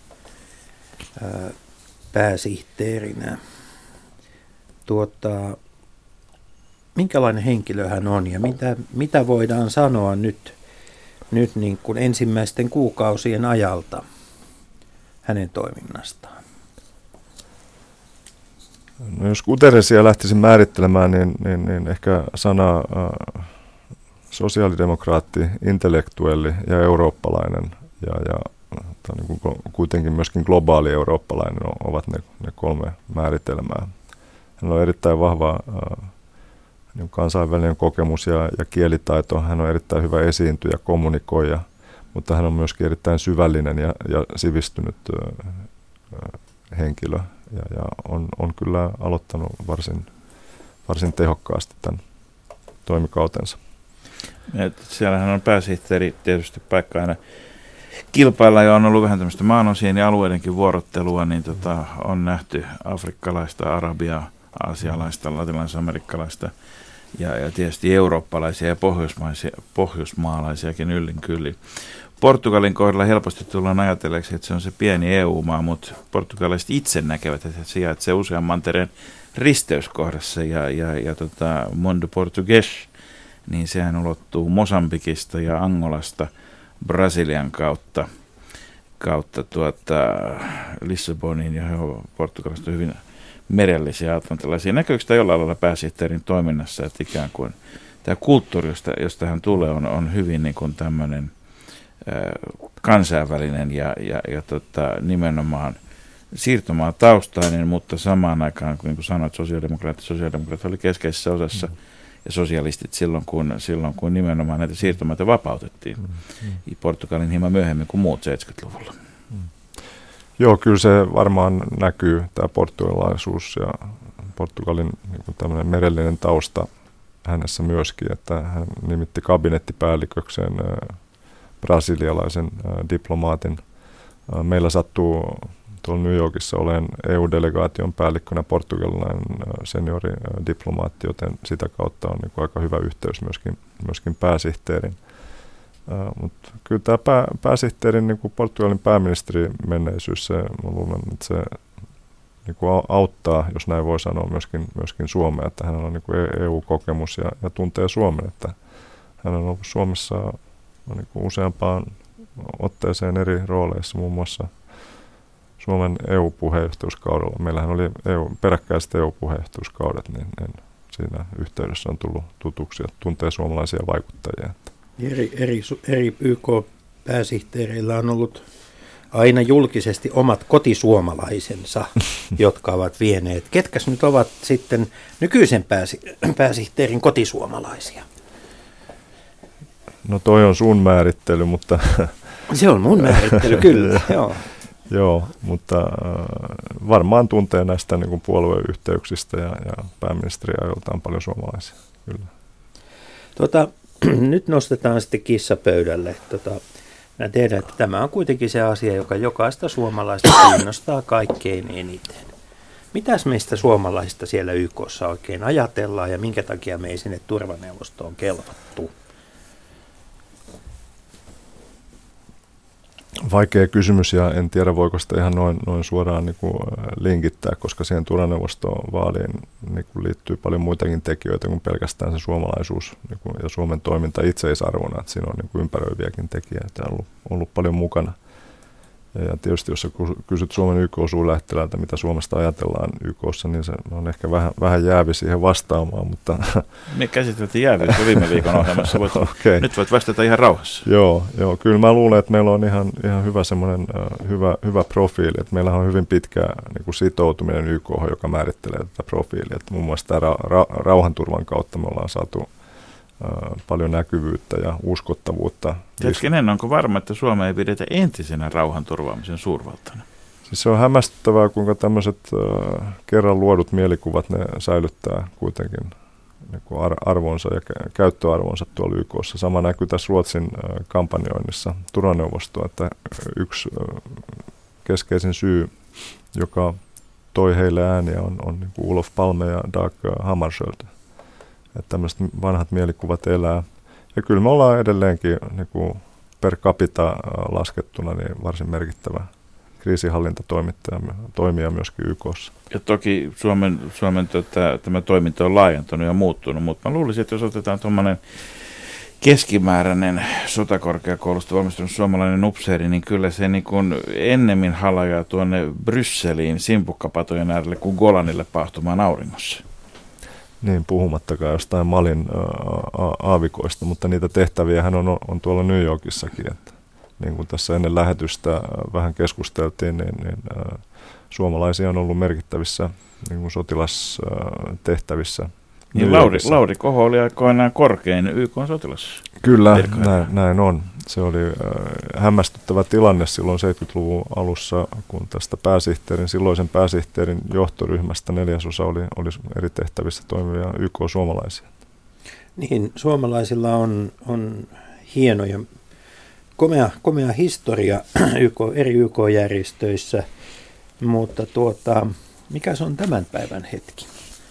pääsihteerinä. Tuota, minkälainen henkilö hän on ja mitä, mitä voidaan sanoa nyt, nyt niin kuin ensimmäisten kuukausien ajalta hänen toiminnastaan? No jos Guterresia lähtisin määrittelemään, niin, niin, niin ehkä sana äh, sosiaalidemokraatti, intellektuelli ja eurooppalainen ja, ja niin kuin kuitenkin myöskin globaali eurooppalainen ovat ne, ne kolme määritelmää. Hän on erittäin vahva äh, niin kansainvälinen kokemus ja, ja kielitaito. Hän on erittäin hyvä esiintyjä, kommunikoija, mutta hän on myöskin erittäin syvällinen ja, ja sivistynyt äh, henkilö. Ja, ja on, on kyllä aloittanut varsin, varsin tehokkaasti tämän toimikautensa. Et siellähän on pääsihteeri tietysti paikka aina kilpailla ja on ollut vähän tämmöistä maanosien ja alueidenkin vuorottelua, niin tota, on nähty afrikkalaista, arabiaa, aasialaista, latinalaisamerikkalaista ja, ja tietysti eurooppalaisia ja pohjoismaalaisiakin yllin kyllin. Portugalin kohdalla helposti tullaan ajatelleeksi, että se on se pieni E U-maa, mutta portugalaiset itse näkevät, että se sijaitsee usean mantereen risteyskohdassa ja, ja, ja tota, Mundo Portugues, niin sehän ulottuu Mosambikista ja Angolasta Brasilian kautta, kautta tuota, Lissaboniin ja he ovat Portugalista hyvin merellisiä atlantilaisia. Näkyykö sitä jollain lailla pääsihteerin toiminnassa, että ikään kuin tämä kulttuuri, josta, josta hän tulee, on, on hyvin niin kuin tämmöinen kansainvälinen ja, ja, ja tota, nimenomaan siirtomaa taustainen, mutta samaan aikaan, niin kuin sanoit, sosiaalidemokraatit, sosiaalidemokraatit oli keskeisessä osassa mm. ja sosialistit silloin kun, silloin, kun nimenomaan näitä siirtomaita vapautettiin. Mm. Portugalin hieman myöhemmin kuin muut seitsemänkymmentäluvulla. Mm. Joo, kyllä se varmaan näkyy, tämä portugalaisuus ja Portugalin niin kuin tämmöinen merellinen tausta hänessä myöskin, että hän nimitti kabinettipäällikökseen brasilialaisen äh, diplomaatin. Äh, meillä sattuu tuolla New Yorkissa olen E U-delegaation päällikkönä portugalilainen äh, seniori äh, diplomaatti, joten sitä kautta on niin kuin aika hyvä yhteys myöskin, myöskin pääsihteerin. Äh, Mutta kyllä tämä pää, pääsihteerin niin kuin Portugalin pääministeri menneisyys, se, mä luulen, että se niin kuin auttaa, jos näin voi sanoa, myöskin, myöskin Suomea, että hänellä on niin kuin E U-kokemus ja, ja tuntee Suomen, että hän on ollut Suomessa niin kuin useampaan otteeseen eri rooleissa, muun muassa Suomen E U-puheenjohtajuuskaudella. Meillähän oli E U, peräkkäiset E U-puheenjohtajuuskaudet, niin, niin siinä yhteydessä on tullut tutuksi ja tuntee suomalaisia vaikuttajia. Eri, eri, eri Y K-pääsihteereillä on ollut aina julkisesti omat kotisuomalaisensa, jotka ovat vieneet. Ketkäs nyt ovat sitten nykyisen pääsi, pääsihteerin kotisuomalaisia? No toi on sun määrittely, mutta... Se on mun määrittely, kyllä. Joo. Joo, mutta äh, varmaan tuntee näistä niin kuin puolueyhteyksistä ja, ja pääministeriajoilta on paljon suomalaisia, kyllä. Tota, nyt nostetaan sitten kissa pöydälle. Tota, mä tiedän, että tämä on kuitenkin se asia, joka jokaista suomalaista kiinnostaa kaikkein eniten. Mitäs meistä suomalaisista siellä Y K:ssa oikein ajatellaan ja minkä takia me ei sinne turvaneuvostoon kelvattu? Vaikea kysymys ja en tiedä voiko sitä ihan noin, noin suoraan niin kuin linkittää, koska siihen turvaneuvostoon vaaliin niin kuin liittyy paljon muitakin tekijöitä kuin pelkästään se suomalaisuus niin kuin, ja Suomen toiminta itseisarvona, että siinä on niin kuin ympäröiviäkin tekijöitä ollut, ollut paljon mukana. Ja tietysti jos sä kysyt Suomen Y K-suurlähettilältä, mitä Suomesta ajatellaan Y K:ssa, niin se on ehkä vähän, vähän jäävi siihen vastaamaan. Mutta me käsiteltiin jäävyyttä viime viikon ohjelmassa. Voit, okay. Nyt voit vastata ihan rauhassa. Joo, joo, kyllä mä luulen, että meillä on ihan, ihan hyvä, semmoinen, uh, hyvä, hyvä profiili. Että meillä on hyvin pitkä niin kuin sitoutuminen Y K:hon, joka määrittelee tätä profiilia. Että muun muassa tämä ra- ra- rauhanturvan kautta me ollaan saatu paljon näkyvyyttä ja uskottavuutta. Hetkinen, onko varma, että Suomea ei pidetä entisenä rauhanturvaamisen suurvaltana? Siis se on hämmästyttävää, kuinka tämmöiset äh, kerran luodut mielikuvat, ne säilyttää kuitenkin niin kuin ar- arvonsa ja kä- käyttöarvonsa tuolla Y K:ssa. Sama näkyy tässä Ruotsin äh, kampanjoinnissa turvaneuvostoa, että yksi äh, keskeisin syy, joka toi heille ääniä, on, on niin kuin Olof Palme ja Dag Hammarskjöld. Että tämmöiset vanhat mielikuvat elää. Ja kyllä me ollaan edelleenkin niin kuin per capita laskettuna niin varsin merkittävä kriisinhallintatoimittaja, toimija myöskin Y K:ssa. Ja toki Suomen, Suomen tota, tämä toiminta on laajentunut ja muuttunut, mutta mä luulisin, että jos otetaan tuommoinen keskimääräinen sotakorkeakoulusta valmistunut suomalainen upseeri, niin kyllä se niin kuin ennemmin halajaa tuonne Brysseliin simpukkapatojen äärelle kuin Golanille paahtumaan auringossa. Niin, puhumattakaan jostain Malin ää, aavikoista, mutta niitä tehtäviähän on, on tuolla New Yorkissakin. Että, niin kuin tässä ennen lähetystä vähän keskusteltiin, niin, niin ää, suomalaisia on ollut merkittävissä niin kuin sotilastehtävissä. Niin Lauri, Lauri Koho oli aikoinaan korkein Y K:n sotilas. Kyllä, näin, näin on. Se oli äh, hämmästyttävä tilanne silloin seitsemänkymmentäluvun alussa, kun tästä pääsihteerin, silloisen pääsihteerin johtoryhmästä neljäsosa oli, oli eri tehtävissä toimivia Y K-suomalaisia. Niin, suomalaisilla on, on hieno ja komea, komea historia Y K, eri Y K-järjestöissä, mutta tuota, mikä se on tämän päivän hetki?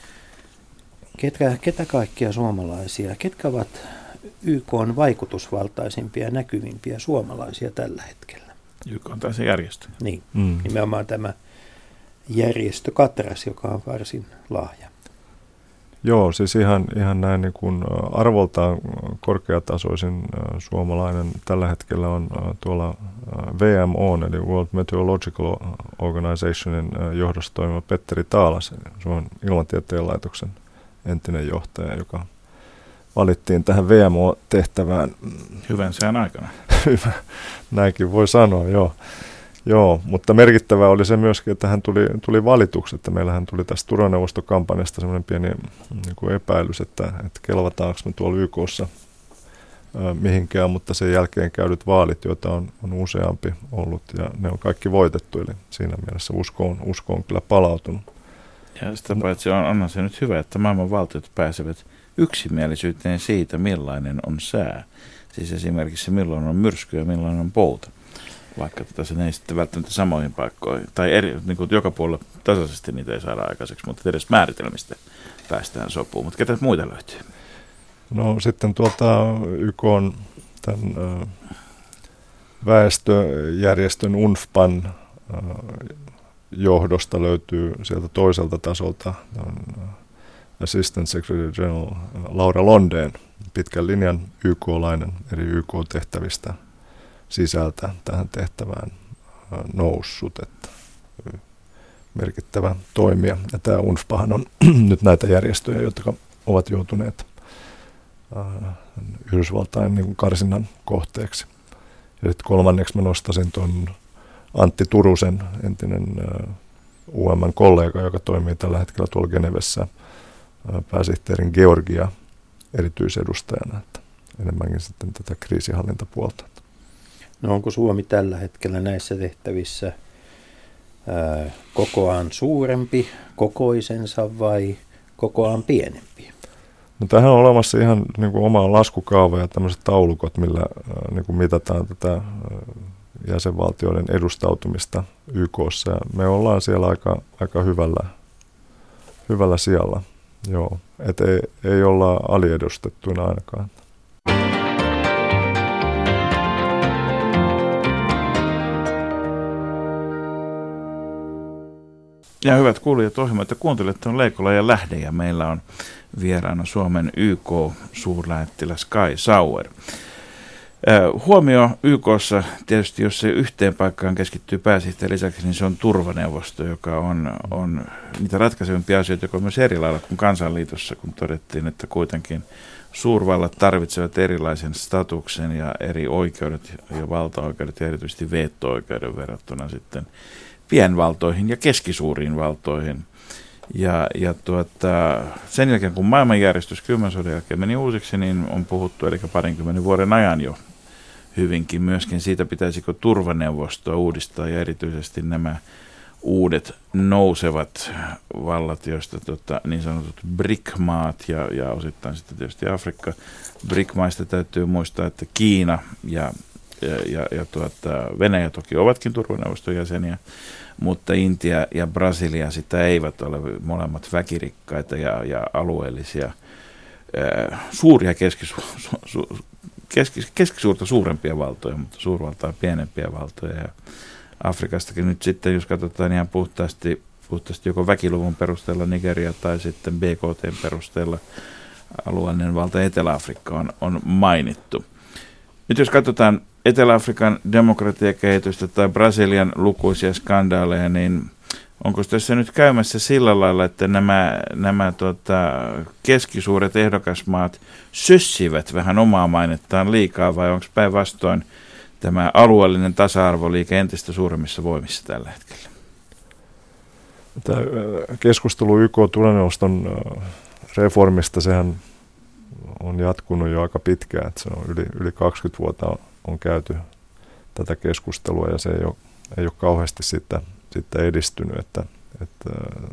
Ketä, ketä kaikkia suomalaisia, ketkä ovat Y K:n vaikutusvaltaisimpia ja näkyvimpiä suomalaisia tällä hetkellä? Y K on taas se järjestö. Niin, mm. nimenomaan tämä järjestö Katras, joka on varsin laaja. Joo, siis ihan, ihan näin niin kuin arvoltaan korkeatasoisin suomalainen tällä hetkellä on tuolla W M O, eli World Meteorological Organizationin johdossa toimiva Petteri Taalas, Suomen ilmatieteen laitoksen entinen johtaja, joka valittiin tähän W M O-tehtävään. Hyvän sään aikana. Hyvä, näinkin voi sanoa, joo. Joo, mutta merkittävää oli se myöskin, että hän tuli, tuli valituksi, että meillähän tuli tästä turvaneuvostokampanjasta semmoinen pieni niin kuin epäilys, että, että kelvataanko me tuolla Y K:ssa ää, mihinkään, mutta sen jälkeen käydyt vaalit, joita on, on useampi ollut, ja ne on kaikki voitettu, eli siinä mielessä usko on, usko on kyllä palautunut. Ja sitä paitsi on, onhan se nyt hyvä, että maailman valtiot pääsevät yksimielisyyteen siitä, millainen on sää. Siis esimerkiksi milloin on myrsky ja milloin on pouta. Vaikka tätä se ei sitten välttämättä samoihin paikkoihin, tai eri, niin kuin joka puolella tasaisesti niitä ei saada aikaiseksi, mutta edes määritelmistä päästään sopuun. Mutta ketä muita löytyy? No sitten tuolta Y K on tämän äh, väestöjärjestön U N F P A:n äh, johdosta löytyy sieltä toiselta tasolta äh, Assistant Secretary General Laura Londén, pitkän linjan Y K-lainen eri Y K-tehtävistä sisältä tähän tehtävään noussut, että merkittävä toimija. Ja tämä U N F P Ahan on nyt näitä järjestöjä, jotka ovat joutuneet Yhdysvaltain niin kuin karsinnan kohteeksi. Ja sitten kolmanneksi mä nostasin tuon Antti Turusen, entinen U M:n kollega, joka toimii tällä hetkellä tuolla Genevessä pääsihteerin Georgia erityisedustajana, että enemmänkin sitten tätä kriisinhallintapuolta. No onko Suomi tällä hetkellä näissä tehtävissä ää, kokoaan suurempi kokoisensa vai kokoaan pienempi? No tähän on olemassa ihan niin kuin oma laskukaava ja tämmöiset taulukot, millä ää, niin kuin mitataan tätä ää, jäsenvaltioiden edustautumista Y K:ssa. Ja me ollaan siellä aika, aika hyvällä, hyvällä sijalla. Joo, et ei, ei olla aliedustettuina ainakaan. Ja hyvät kuulijat, ohjelma, että kuuntelette on Leikola ja Lähde, ja meillä on vieraana Suomen Y K-suurlähettiläs Kai Sauer. Huomio Y K:ssa tietysti, jos se yhteen paikkaan keskittyy pääsihteerin lisäksi, niin se on turvaneuvosto, joka on, on niitä ratkaisevimpia asioita, joka on myös eri lailla kuin Kansanliitossa, kun todettiin, että kuitenkin suurvallat tarvitsevat erilaisen statuksen ja eri oikeudet ja valtaoikeudet ja erityisesti veto-oikeuden verrattuna sitten pienvaltoihin ja keskisuuriin valtoihin. Ja, ja tuota, sen jälkeen, kun maailmanjärjestys kylmän sodan jälkeen meni uusiksi, niin on puhuttu eli parinkymmenen vuoden ajan jo hyvinkin myöskin siitä, pitäisikö turvaneuvostoa uudistaa ja erityisesti nämä uudet nousevat vallat, joista tota, niin sanotut B R I C-maat ja, ja osittain sitten tietysti Afrikka. B R I C-maista täytyy muistaa, että Kiina ja, ja, ja, ja tuota, Venäjä toki ovatkin turvaneuvoston jäseniä, mutta Intia ja Brasilia sitä eivät ole, molemmat väkirikkaita ja, ja alueellisia, ää, suuria keskisu, su, keski, keskisuurta suurempia valtoja, mutta suurvaltaa pienempiä valtoja. Ja Afrikastakin nyt sitten, jos katsotaan ihan puhtaasti, puhtaasti joko väkiluvun perusteella Nigeria tai sitten B K T:n perusteella alueellinen valta Etelä-Afrikka on, on mainittu. Nyt jos katsotaan Etelä-Afrikan demokratiakehitystä tai Brasilian lukuisia skandaaleja, niin onko tässä nyt käymässä sillä lailla, että nämä, nämä tota, keskisuuret ehdokasmaat sössivät vähän omaa mainettaan liikaa, vai onko päinvastoin tämä alueellinen tasa-arvoliike entistä suuremmissa voimissa tällä hetkellä? Tämä keskustelu Y K-turvaneuvoston reformista, sehän on jatkunut jo aika pitkään, että se on yli, yli kaksikymmentä vuotta on, on käyty tätä keskustelua ja se ei ole, ei ole kauheasti siitä, siitä edistynyt, että, että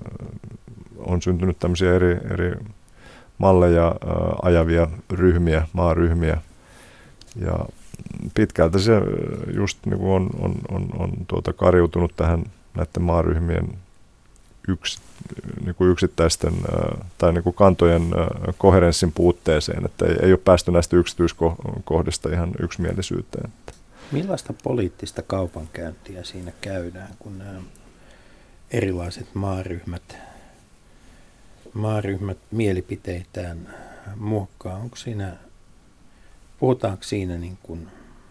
on syntynyt tämmöisiä eri, eri malleja ajavia ryhmiä, maaryhmiä ja pitkältä se just niin kuin on, on, on, on tuota kariutunut tähän näiden maaryhmien yks, niin kuin yksittäisten tai niin kuin kantojen koherenssin puutteeseen, että ei, ei ole päästy näistä yksityiskohdista ihan yksimielisyyteen. Millaista poliittista kaupankäyntiä siinä käydään, kun nämä erilaiset maaryhmät, maaryhmät mielipiteitään muokkaa? Onko siinä, puhutaanko siinä niin kuin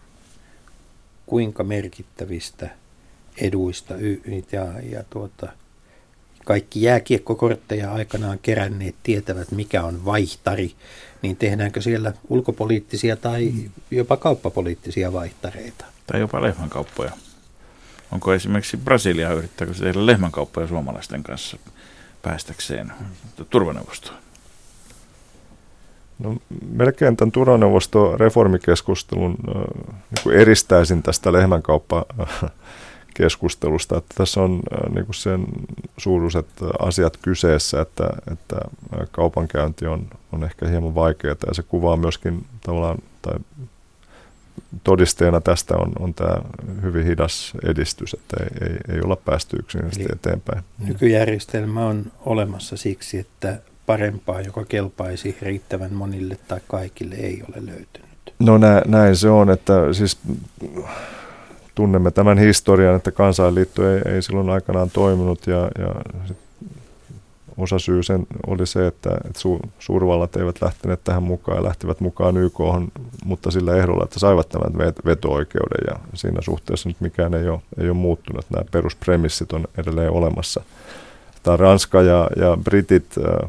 kuinka merkittävistä eduista ja, ja tuota, kaikki jääkiekkokortteja aikanaan keränneet tietävät, mikä on vaihtari, niin tehdäänkö siellä ulkopoliittisia tai jopa kauppapoliittisia vaihtareita? Tai jopa lehmänkauppoja. Onko esimerkiksi Brasilia, yrittääkö se tehdä lehmänkauppoja suomalaisten kanssa päästäkseen turvaneuvostoon? No, melkein tämän turvaneuvoston reformikeskustelun äh, niin kuin eristäisin tästä lehmänkauppakeskustelusta, että tässä on äh, niin kuin sen suuruiset asiat kyseessä, että, että kaupankäynti on, on ehkä hieman vaikeaa ja se kuvaa myöskin tavallaan, tai todisteena tästä on, on tämä hyvin hidas edistys, että ei, ei, ei olla päästy yksinkertaisesti eteenpäin. Nykyjärjestelmä on olemassa siksi, että parempaa, joka kelpaisi riittävän monille tai kaikille, ei ole löytynyt. No nä, näin se on, että siis tunnemme tämän historian, että Kansainliitto ei, ei silloin aikanaan toiminut ja, ja sit osa syy sen oli se, että, että su, suurvallat eivät lähteneet tähän mukaan ja lähtivät mukaan Y K:hon, mutta sillä ehdolla, että saivat tämän veto-oikeuden ja siinä suhteessa nyt mikään ei ole, ei ole muuttunut. Nämä peruspremissit on edelleen olemassa. Tämä Ranska ja, ja Britit äh,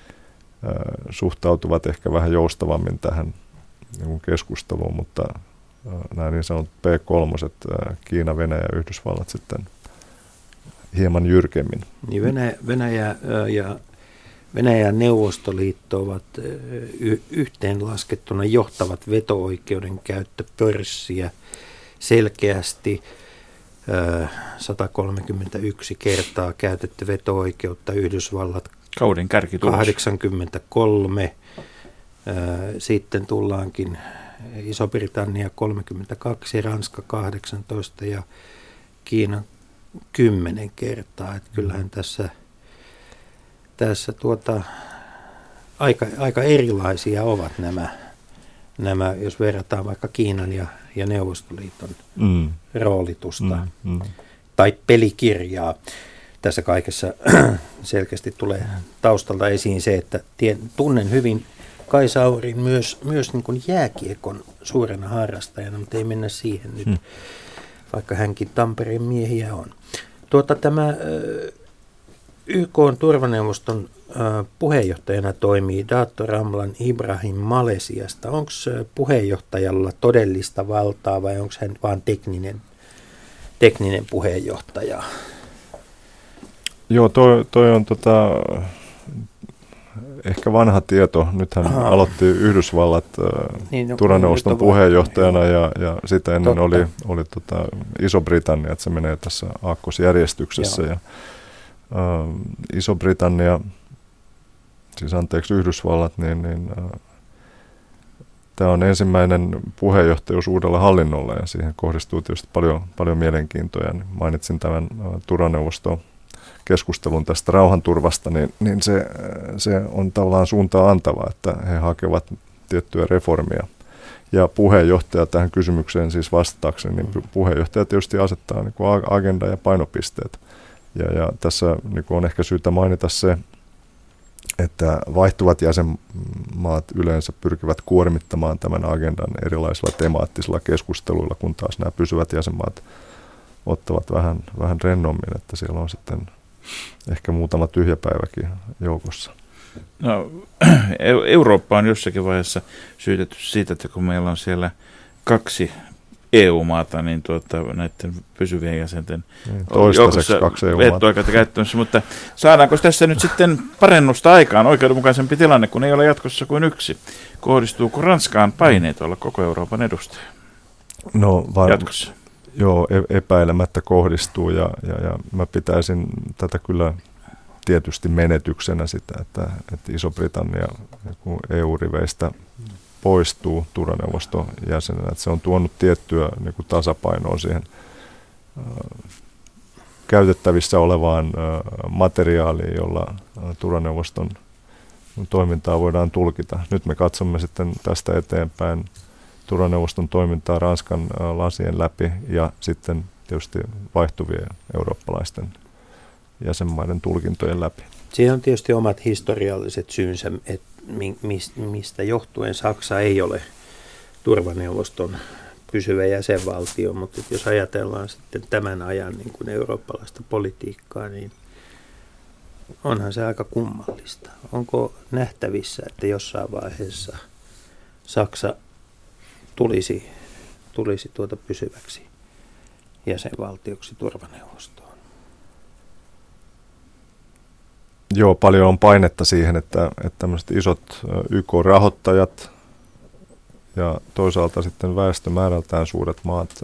suhtautuvat ehkä vähän joustavammin tähän niin keskusteluun, mutta nämä niin sanotut P kolme, Kiina, Venäjä ja Yhdysvallat sitten hieman jyrkemmin. Niin Venäjä, Venäjä ja Venäjän Neuvostoliitto ovat y- yhteenlaskettuna johtavat veto-oikeuden käyttöpörssiä selkeästi. sata kolmekymmentäyksi kertaa käytetty veto-oikeutta, Yhdysvallat kauden kärkitulos kahdeksankymmentäkolme, sitten tullaankin Iso-Britannia kolmekymmentäkaksi, Ranska kahdeksantoista ja Kiina kymmenen kertaa. Että kyllähän tässä, tässä tuota, aika, aika erilaisia ovat nämä, nämä, jos verrataan vaikka Kiinan ja, ja Neuvostoliiton mm. roolitusta mm. Mm. tai pelikirjaa. Tässä kaikessa selkeästi tulee taustalta esiin se, että tien, tunnen hyvin Kai Saurin myös, myös niin kuin jääkiekon suurena harrastajana, mutta ei mennä siihen nyt, hmm. vaikka hänkin Tampereen miehiä on. Tuota, tämä Y K:n turvaneuvoston puheenjohtajana toimii Dato Ramlan Ibrahim Malesiasta. Onko puheenjohtajalla todellista valtaa vai onko hän vain tekninen, tekninen puheenjohtaja? Joo, toi, toi on tota, ehkä vanha tieto. Nythän Aha. aloitti Yhdysvallat niin, no, turvaneuvoston puheenjohtajana ja, ja sitä ennen Totta. oli, oli tota Iso-Britannia, että se menee tässä aakkosjärjestyksessä. Ja, ä, Iso-Britannia, siis anteeksi Yhdysvallat, niin, niin ä, tämä on ensimmäinen puheenjohtajuus uudella hallinnolla ja siihen kohdistuu tietysti paljon, paljon mielenkiintoja. Mainitsin tämän ä, turvaneuvoston keskustelun tästä rauhanturvasta, niin, niin se, se on tavallaan suuntaa antava, että he hakevat tiettyä reformia. Ja puheenjohtaja tähän kysymykseen siis vastaakseni, niin puheenjohtaja tietysti asettaa niin kuin agenda ja painopisteet. Ja, ja tässä niin kuin on ehkä syytä mainita se, että vaihtuvat jäsenmaat yleensä pyrkivät kuormittamaan tämän agendan erilaisilla temaattisilla keskusteluilla, kun taas nämä pysyvät jäsenmaat ottavat vähän, vähän rennommin, että siellä on sitten ehkä muutama tyhjäpäiväkin joukossa. No, Eurooppa on jossakin vaiheessa syytetty siitä, että kun meillä on siellä kaksi E U-maata, niin tuota, näiden pysyvien jäsenten niin, toistaiseksi kaksi E U-maata käyttämässä, mutta saadaanko tässä nyt sitten parennusta aikaan, oikeudenmukaisempi tilanne, kun ei ole jatkossa kuin yksi? Kohdistuuko Ranskaan paineita olla koko Euroopan edustaja no, var- jatkossa? Joo, epäilemättä kohdistuu ja, ja, ja mä pitäisin tätä kyllä tietysti menetyksenä sitä, että, että Iso-Britannia E U-riveistä poistuu turvaneuvoston jäsenenä, että se on tuonut tiettyä niin kuin tasapainoa siihen äh, käytettävissä olevaan äh, materiaaliin, jolla äh, turvaneuvoston toimintaa voidaan tulkita. Nyt me katsomme sitten tästä eteenpäin turvaneuvoston toimintaa Ranskan äh, lasien läpi ja sitten tietysti vaihtuvien eurooppalaisten jäsenmaiden tulkintojen läpi. Siihen on tietysti omat historialliset syynsä, että mistä johtuen Saksa ei ole turvaneuvoston pysyvä jäsenvaltio, mutta jos ajatellaan sitten tämän ajan niin kuin eurooppalaista politiikkaa, niin onhan se aika kummallista. Onko nähtävissä, että jossain vaiheessa Saksa tulisi, tulisi tuota pysyväksi jäsenvaltioksi turvaneuvostoon? Joo, paljon on painetta siihen, että, että tämmöiset isot Y K-rahoittajat ja toisaalta sitten väestömäärältään suuret maat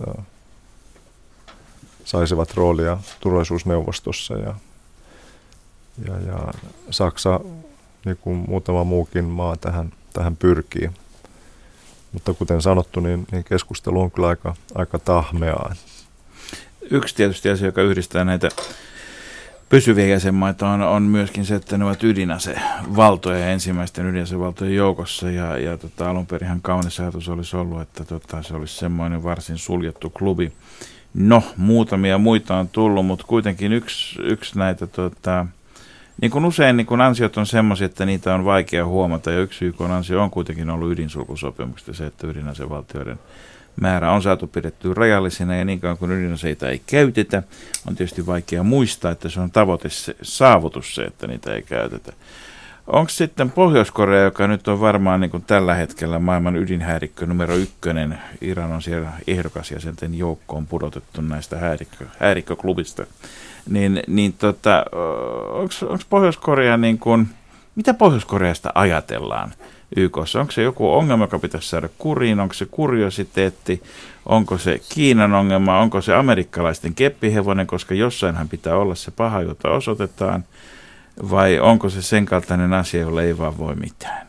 saisivat roolia turvallisuusneuvostossa ja, ja, ja Saksa, niin kuin muutama muukin maa, tähän, tähän pyrkii. Mutta kuten sanottu, niin, niin keskustelu on kyllä aika, aika tahmeaa. Yksi tietysti asia, joka yhdistää näitä pysyviä jäsenmaita on, on myöskin se, että ne ovat ydinasevaltoja ja ensimmäisten ydinasevaltojen joukossa. Ja, ja tota, alun perinhän kaunis ajatus olisi ollut, että tota, se olisi semmoinen varsin suljettu klubi. No, muutamia muita on tullut, mutta kuitenkin yksi, yksi näitä, tota, niin kuin usein niin kuin ansiot on semmoisia, että niitä on vaikea huomata. Ja yksi Y K:n ansio on kuitenkin ollut ydinsulkusopimukset ja se, että ydinasevaltioiden määrä on saatu pidettyä rajallisena ja niin kauan kuin ydinaseita ei käytetä, on tietysti vaikea muistaa, että se on tavoite, se, saavutus se, että niitä ei käytetä. Onko sitten Pohjois-Korea, joka nyt on varmaan niin kuin tällä hetkellä maailman ydinhäirikkö numero ykkönen, Iran on siellä ehdokasjäsenten joukkoon pudotettu näistä häirikkö, häirikköklubista, niin, niin tota, onko Pohjois-Korea, niin kuin, mitä Pohjois-Koreasta ajatellaan Y K:ssa? Onko se joku ongelma, joka pitäisi saada kuriin? Onko se kuriositeetti? Onko se Kiinan ongelma? Onko se amerikkalaisten keppihevonen, koska jossainhan pitää olla se paha, jota osoitetaan? Vai onko se sen kaltainen asia, jolla ei vaan voi mitään?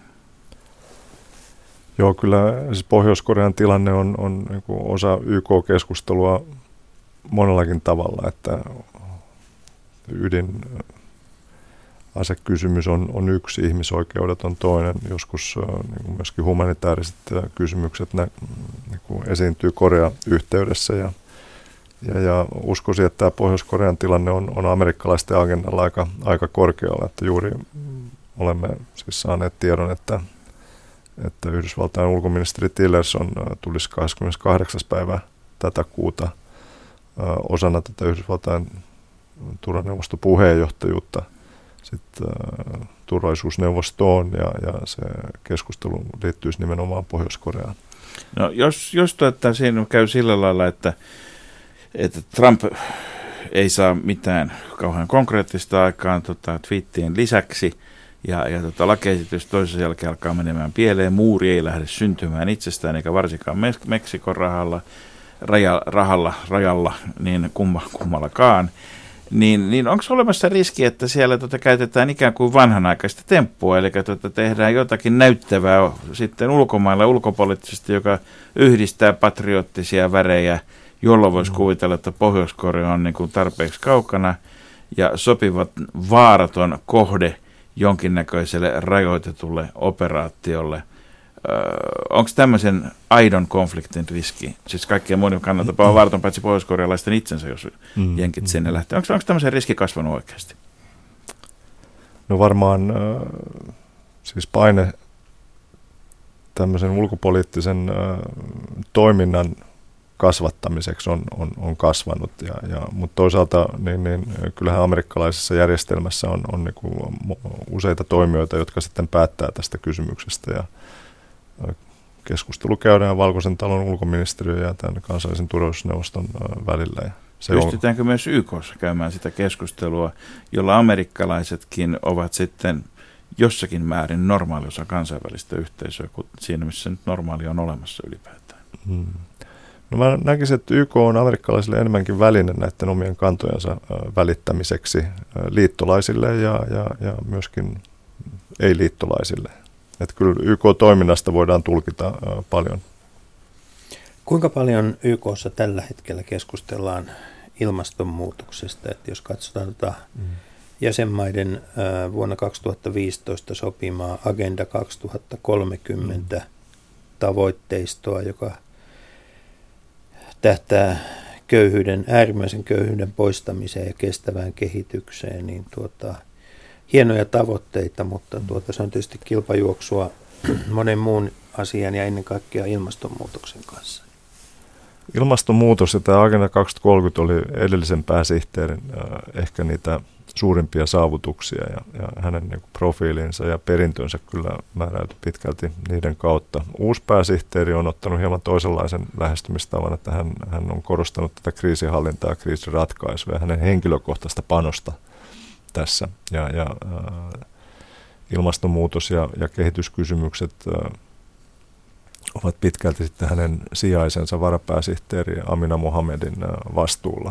Joo, kyllä siis Pohjois-Korean tilanne on, on niin kuin osa Y K-keskustelua monellakin tavalla, että ydin asekysymys on, on yksi, ihmisoikeudet on toinen, joskus niin myöskin humanitaariset kysymykset ne, niin esiintyy Korea-yhteydessä ja, ja, ja uskoisin, että tämä Pohjois-Korean tilanne on, on amerikkalaisten agendalla aika, aika korkealla, että juuri olemme siis saaneet tiedon, että että Yhdysvaltain ulkoministeri Tillerson tulisi kahdeskymmeneskahdeksas päivä tätä kuuta osana tätä Yhdysvaltain turvaneuvoston puheenjohtajuutta sitten turvallisuusneuvostoon, ja, ja se keskustelu liittyisi nimenomaan Pohjois-Koreaan. No jos, jos tuota, siinä käy sillä lailla, että, että Trump ei saa mitään kauhean konkreettista aikaan tota, twiittien lisäksi, ja, ja tota, lakiesitys toisen jälkeen alkaa menemään pieleen, muuri ei lähde syntymään itsestään, eikä varsinkaan Meksikon rahalla, raja, rahalla, rajalla, niin kumma, kummallakaan, niin, niin onko olemassa riski, että siellä tota, käytetään ikään kuin vanhanaikaista temppua, eli tota, tehdään jotakin näyttävää sitten ulkomailla ulkopoliittisesti, joka yhdistää patriottisia värejä, jolloin voisi kuvitella, että Pohjois-Korea on niin kuin tarpeeksi kaukana ja sopivat vaaraton kohde jonkinnäköiselle rajoitetulle operaatiolle. Onko tämmöisen aidon konfliktin riski, siis kaikkien muiden kannalta mm. vaaraton paitsi pohjois-korealaisten itsensä, jos mm. jenkit sinne lähtee. Onko, onko tämmöisen riski kasvanut oikeasti? No varmaan äh, siis paine tämmöisen ulkopoliittisen äh, toiminnan kasvattamiseksi on, on, on kasvanut, ja, ja, mutta toisaalta niin, niin, kyllähän amerikkalaisessa järjestelmässä on, on niin kuin useita toimijoita, jotka sitten päättää tästä kysymyksestä, ja keskustelu käydään Valkoisen talon ulkoministeriön ja tämän kansallisen turvallisuusneuvoston välillä. Ja se pystytäänkö on myös Y K:ssa käymään sitä keskustelua, jolla amerikkalaisetkin ovat sitten jossakin määrin normaali osa kansainvälistä yhteisöä, kun siinä missä nyt normaali on olemassa ylipäätään? Hmm. No mä näkisin, että Y K on amerikkalaisille enemmänkin väline näiden omien kantojensa välittämiseksi liittolaisille ja, ja, ja myöskin ei-liittolaisille. Että kyllä Y K-toiminnasta voidaan tulkita paljon. Kuinka paljon Y K:ssa tällä hetkellä keskustellaan ilmastonmuutoksesta? Että jos katsotaan tuota mm. jäsenmaiden vuonna kaksituhattaviisitoista sopimaa Agenda kaksituhattakolmekymmentä mm. tavoitteistoa, joka tähtää köyhyyden, äärimmäisen köyhyyden poistamiseen ja kestävään kehitykseen, niin tuota, hienoja tavoitteita, mutta tuota, se on tietysti kilpajuoksua monen muun asian ja ennen kaikkea ilmastonmuutoksen kanssa. Ilmastonmuutos ja tämä Agenda kaksituhattakolmekymmentä oli edellisen pääsihteerin äh, ehkä niitä suurimpia saavutuksia, ja, ja hänen niin kuin profiilinsa ja perintönsä kyllä määräytyi pitkälti niiden kautta. Uusi pääsihteeri on ottanut hieman toisenlaisen lähestymistavan, että hän, hän on korostanut tätä kriisinhallintaa ja kriisiratkaisua ja hänen henkilökohtaista panosta tässä. Ja, ja äh, ilmastonmuutos ja, ja kehityskysymykset äh, ovat pitkälti sitten hänen sijaisensa varapääsihteeri Amina Mohamedin äh, vastuulla.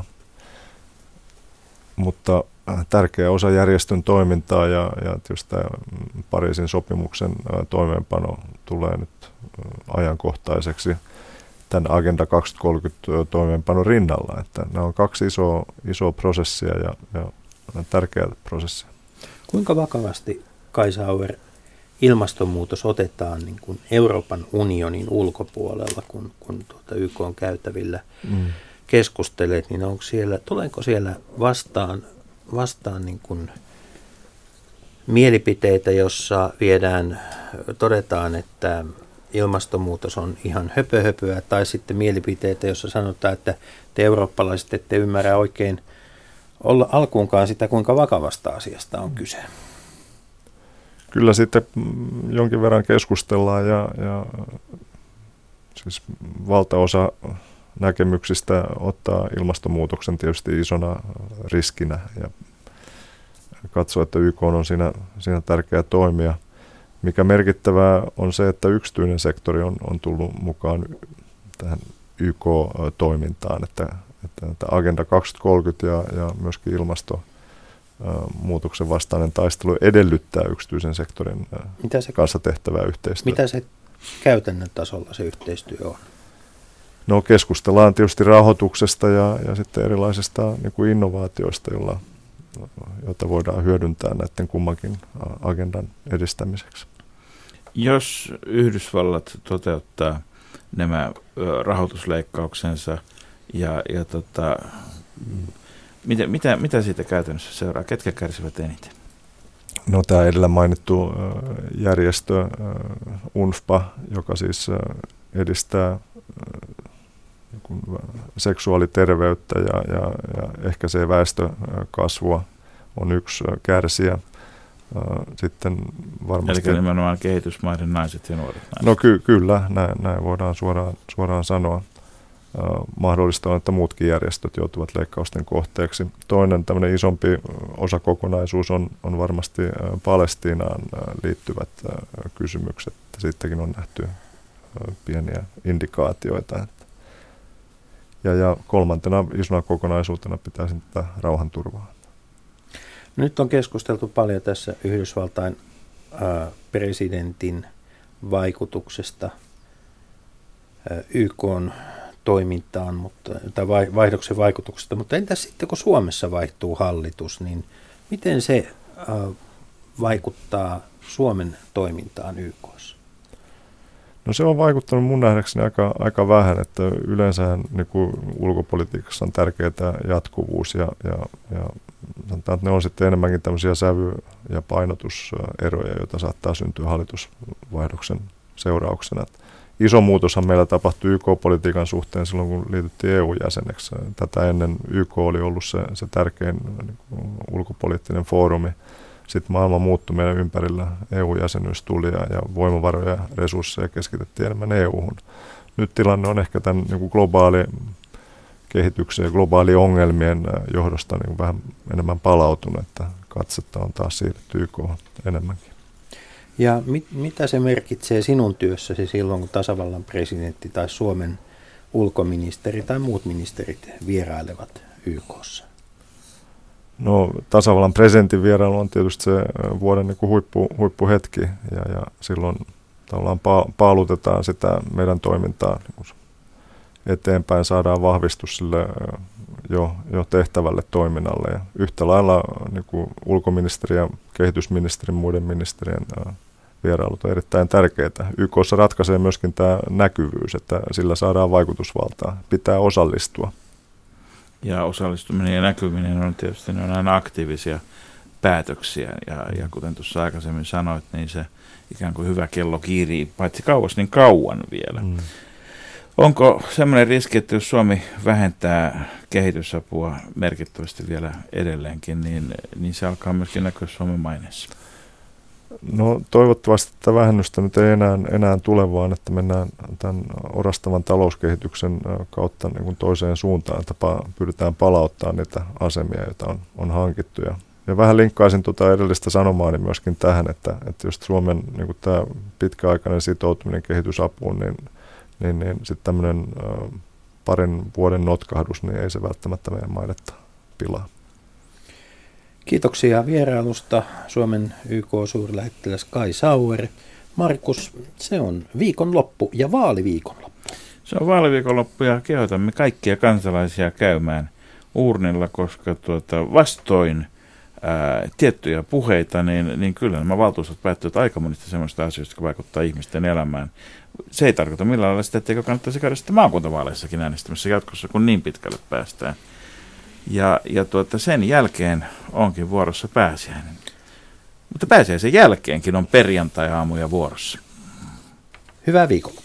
Mutta äh, tärkeä osa järjestön toimintaa ja, ja tietysti tämä Pariisin sopimuksen äh, toimeenpano tulee nyt äh, ajankohtaiseksi tämän Agenda kaksituhattakolmekymmentä toimeenpanon rinnalla. Että nämä on kaksi isoa, isoa prosessia ja, ja tärkeä prosessi. Kuinka vakavasti, Kai Sauer, ilmastonmuutos otetaan niin kuin Euroopan unionin ulkopuolella, kun, kun tuota Y K:n käytävillä mm. keskustelet, niin onko siellä, tuleeko siellä vastaan, vastaan niin kuin mielipiteitä, jossa viedään, todetaan, että ilmastonmuutos on ihan höpöhöpöä, tai sitten mielipiteitä, jossa sanotaan, että te eurooppalaiset ette ymmärrä oikein olla alkuunkaan sitä, kuinka vakavasta asiasta on kyse. Kyllä sitten jonkin verran keskustellaan ja, ja siis valtaosa näkemyksistä ottaa ilmastonmuutoksen tietysti isona riskinä ja katsoo, että Y K on siinä, siinä tärkeä toimija. Mikä merkittävää on se, että yksityinen sektori on, on tullut mukaan tähän Y K-toimintaan, että, että Agenda kaksituhattakolmekymmentä ja, ja myöskin ilmastonmuutoksen vastainen taistelu edellyttää yksityisen sektorin se, kanssa tehtävää yhteistyötä. Mitä se käytännön tasolla se yhteistyö on? No keskustellaan tietysti rahoituksesta ja, ja sitten erilaisista niin kuin innovaatioista, joilla, joita voidaan hyödyntää näiden kummankin agendan edistämiseksi. Jos Yhdysvallat toteuttaa nämä rahoitusleikkauksensa ja, ja tota, mitä, mitä, mitä siitä käytännössä seuraa? Ketkä kärsivät eniten? No tämä edellä mainittu järjestö U N F P A, joka siis edistää seksuaaliterveyttä ja, ja, ja ehkäisee väestökasvua, on yksi kärsijä. Sitten varmasti... Eli nimenomaan kehitysmaiden naiset ja nuoret naiset. No ky- kyllä, näin, näin voidaan suoraan, suoraan sanoa. Mahdollista on, että muutkin järjestöt joutuvat leikkausten kohteeksi. Toinen tämmöinen isompi osakokonaisuus on, on varmasti Palestiinaan liittyvät kysymykset. Siitäkin on nähty pieniä indikaatioita. Ja, ja kolmantena isona kokonaisuutena pitäisi tätä rauhanturvaa. Nyt on keskusteltu paljon tässä Yhdysvaltain ää, presidentin vaikutuksesta ää, Y K:n toimintaan, mutta, tai vaihdoksen vaikutuksesta, mutta entäs sitten kun Suomessa vaihtuu hallitus, niin miten se ää, vaikuttaa Suomen toimintaan Y K:ssa? No se on vaikuttanut mun nähdäkseni aika, aika vähän, että yleensä niin kuin ulkopolitiikassa on tärkeää jatkuvuus ja, ja, ja sanotaan, että ne on sitten enemmänkin tämmöisiä sävy- ja painotuseroja, joita saattaa syntyä hallitusvaihdoksen seurauksena. Että iso muutoshan meillä tapahtui Y K-politiikan suhteen silloin, kun liityttiin E U-jäseneksi. Tätä ennen Y K oli ollut se, se tärkein niin kuin ulkopoliittinen foorumi. Sitten maailma muuttui meidän ympärillä, E U-jäsenyys tuli ja, ja voimavaroja ja resursseja keskitettiin enemmän E U:hun. Nyt tilanne on ehkä tämän niin kuin globaali kehityksen ja globaali ongelmien johdosta niin kuin vähän enemmän palautunut, että katsetta on taas siirretty Y K:hon enemmänkin. Ja mit, mitä se merkitsee sinun työssäsi silloin, kun tasavallan presidentti tai Suomen ulkoministeri tai muut ministerit vierailevat Y K:ssa? No tasavallan presidentin vierailu on tietysti se vuoden niin kuin huippu, huippuhetki ja, ja silloin tavallaan pa, paalutetaan sitä meidän toimintaa niin eteenpäin, saadaan vahvistus sille jo, jo tehtävälle toiminnalle ja yhtä lailla niin kuin ulkoministeri ja kehitysministerin muiden ministerien vierailut on erittäin tärkeää. Y K:ssa ratkaisee myöskin tämä näkyvyys, että sillä saadaan vaikutusvaltaa, pitää osallistua. Ja osallistuminen ja näkyminen on tietysti ne on aina aktiivisia päätöksiä. Ja, ja kuten tuossa aikaisemmin sanoit, niin se ikään kuin hyvä kello kiirii paitsi kauas, niin kauan vielä. Mm. Onko sellainen riski, että jos Suomi vähentää kehitysapua merkittävästi vielä edelleenkin, niin, niin se alkaa myöskin näkyä Suomen maineessa? No toivottavasti tätä vähennystä nyt ei enää, enää tule, vaan että mennään tämän orastavan talouskehityksen kautta niin kuin toiseen suuntaan, että pa- pyritään palauttamaan niitä asemia, joita on, on hankittu. Ja, ja vähän linkkaisin tuota edellistä sanomaani myöskin tähän, että, että just Suomen niin kuin tämä pitkäaikainen sitoutuminen kehitysapuun, niin, niin, niin sitten tämmöinen äh, parin vuoden notkahdus, niin ei se välttämättä meidän mainetta pilaa. Kiitoksia vierailusta Suomen Y K-suurlähettiläs Kai Sauer. Markus, se on viikonloppu ja vaaliviikonloppu. Se on vaaliviikonloppu ja kehotamme kaikkia kansalaisia käymään uurnilla, koska tuota, vastoin ää, tiettyjä puheita, niin, niin kyllä nämä valtuustot päättyvät aika monista sellaisista asioista, jotka vaikuttaa ihmisten elämään. Se ei tarkoita millään lailla sitä, etteikö kannattaisi käydä sitten maakuntavaaleissakin äänestämässä jatkossa, kun niin pitkälle päästään. Ja, ja tuota, sen jälkeen onkin vuorossa pääsiäinen. Mutta pääsiäisen jälkeenkin on perjantai-aamuja vuorossa. Hyvää viikonloppua.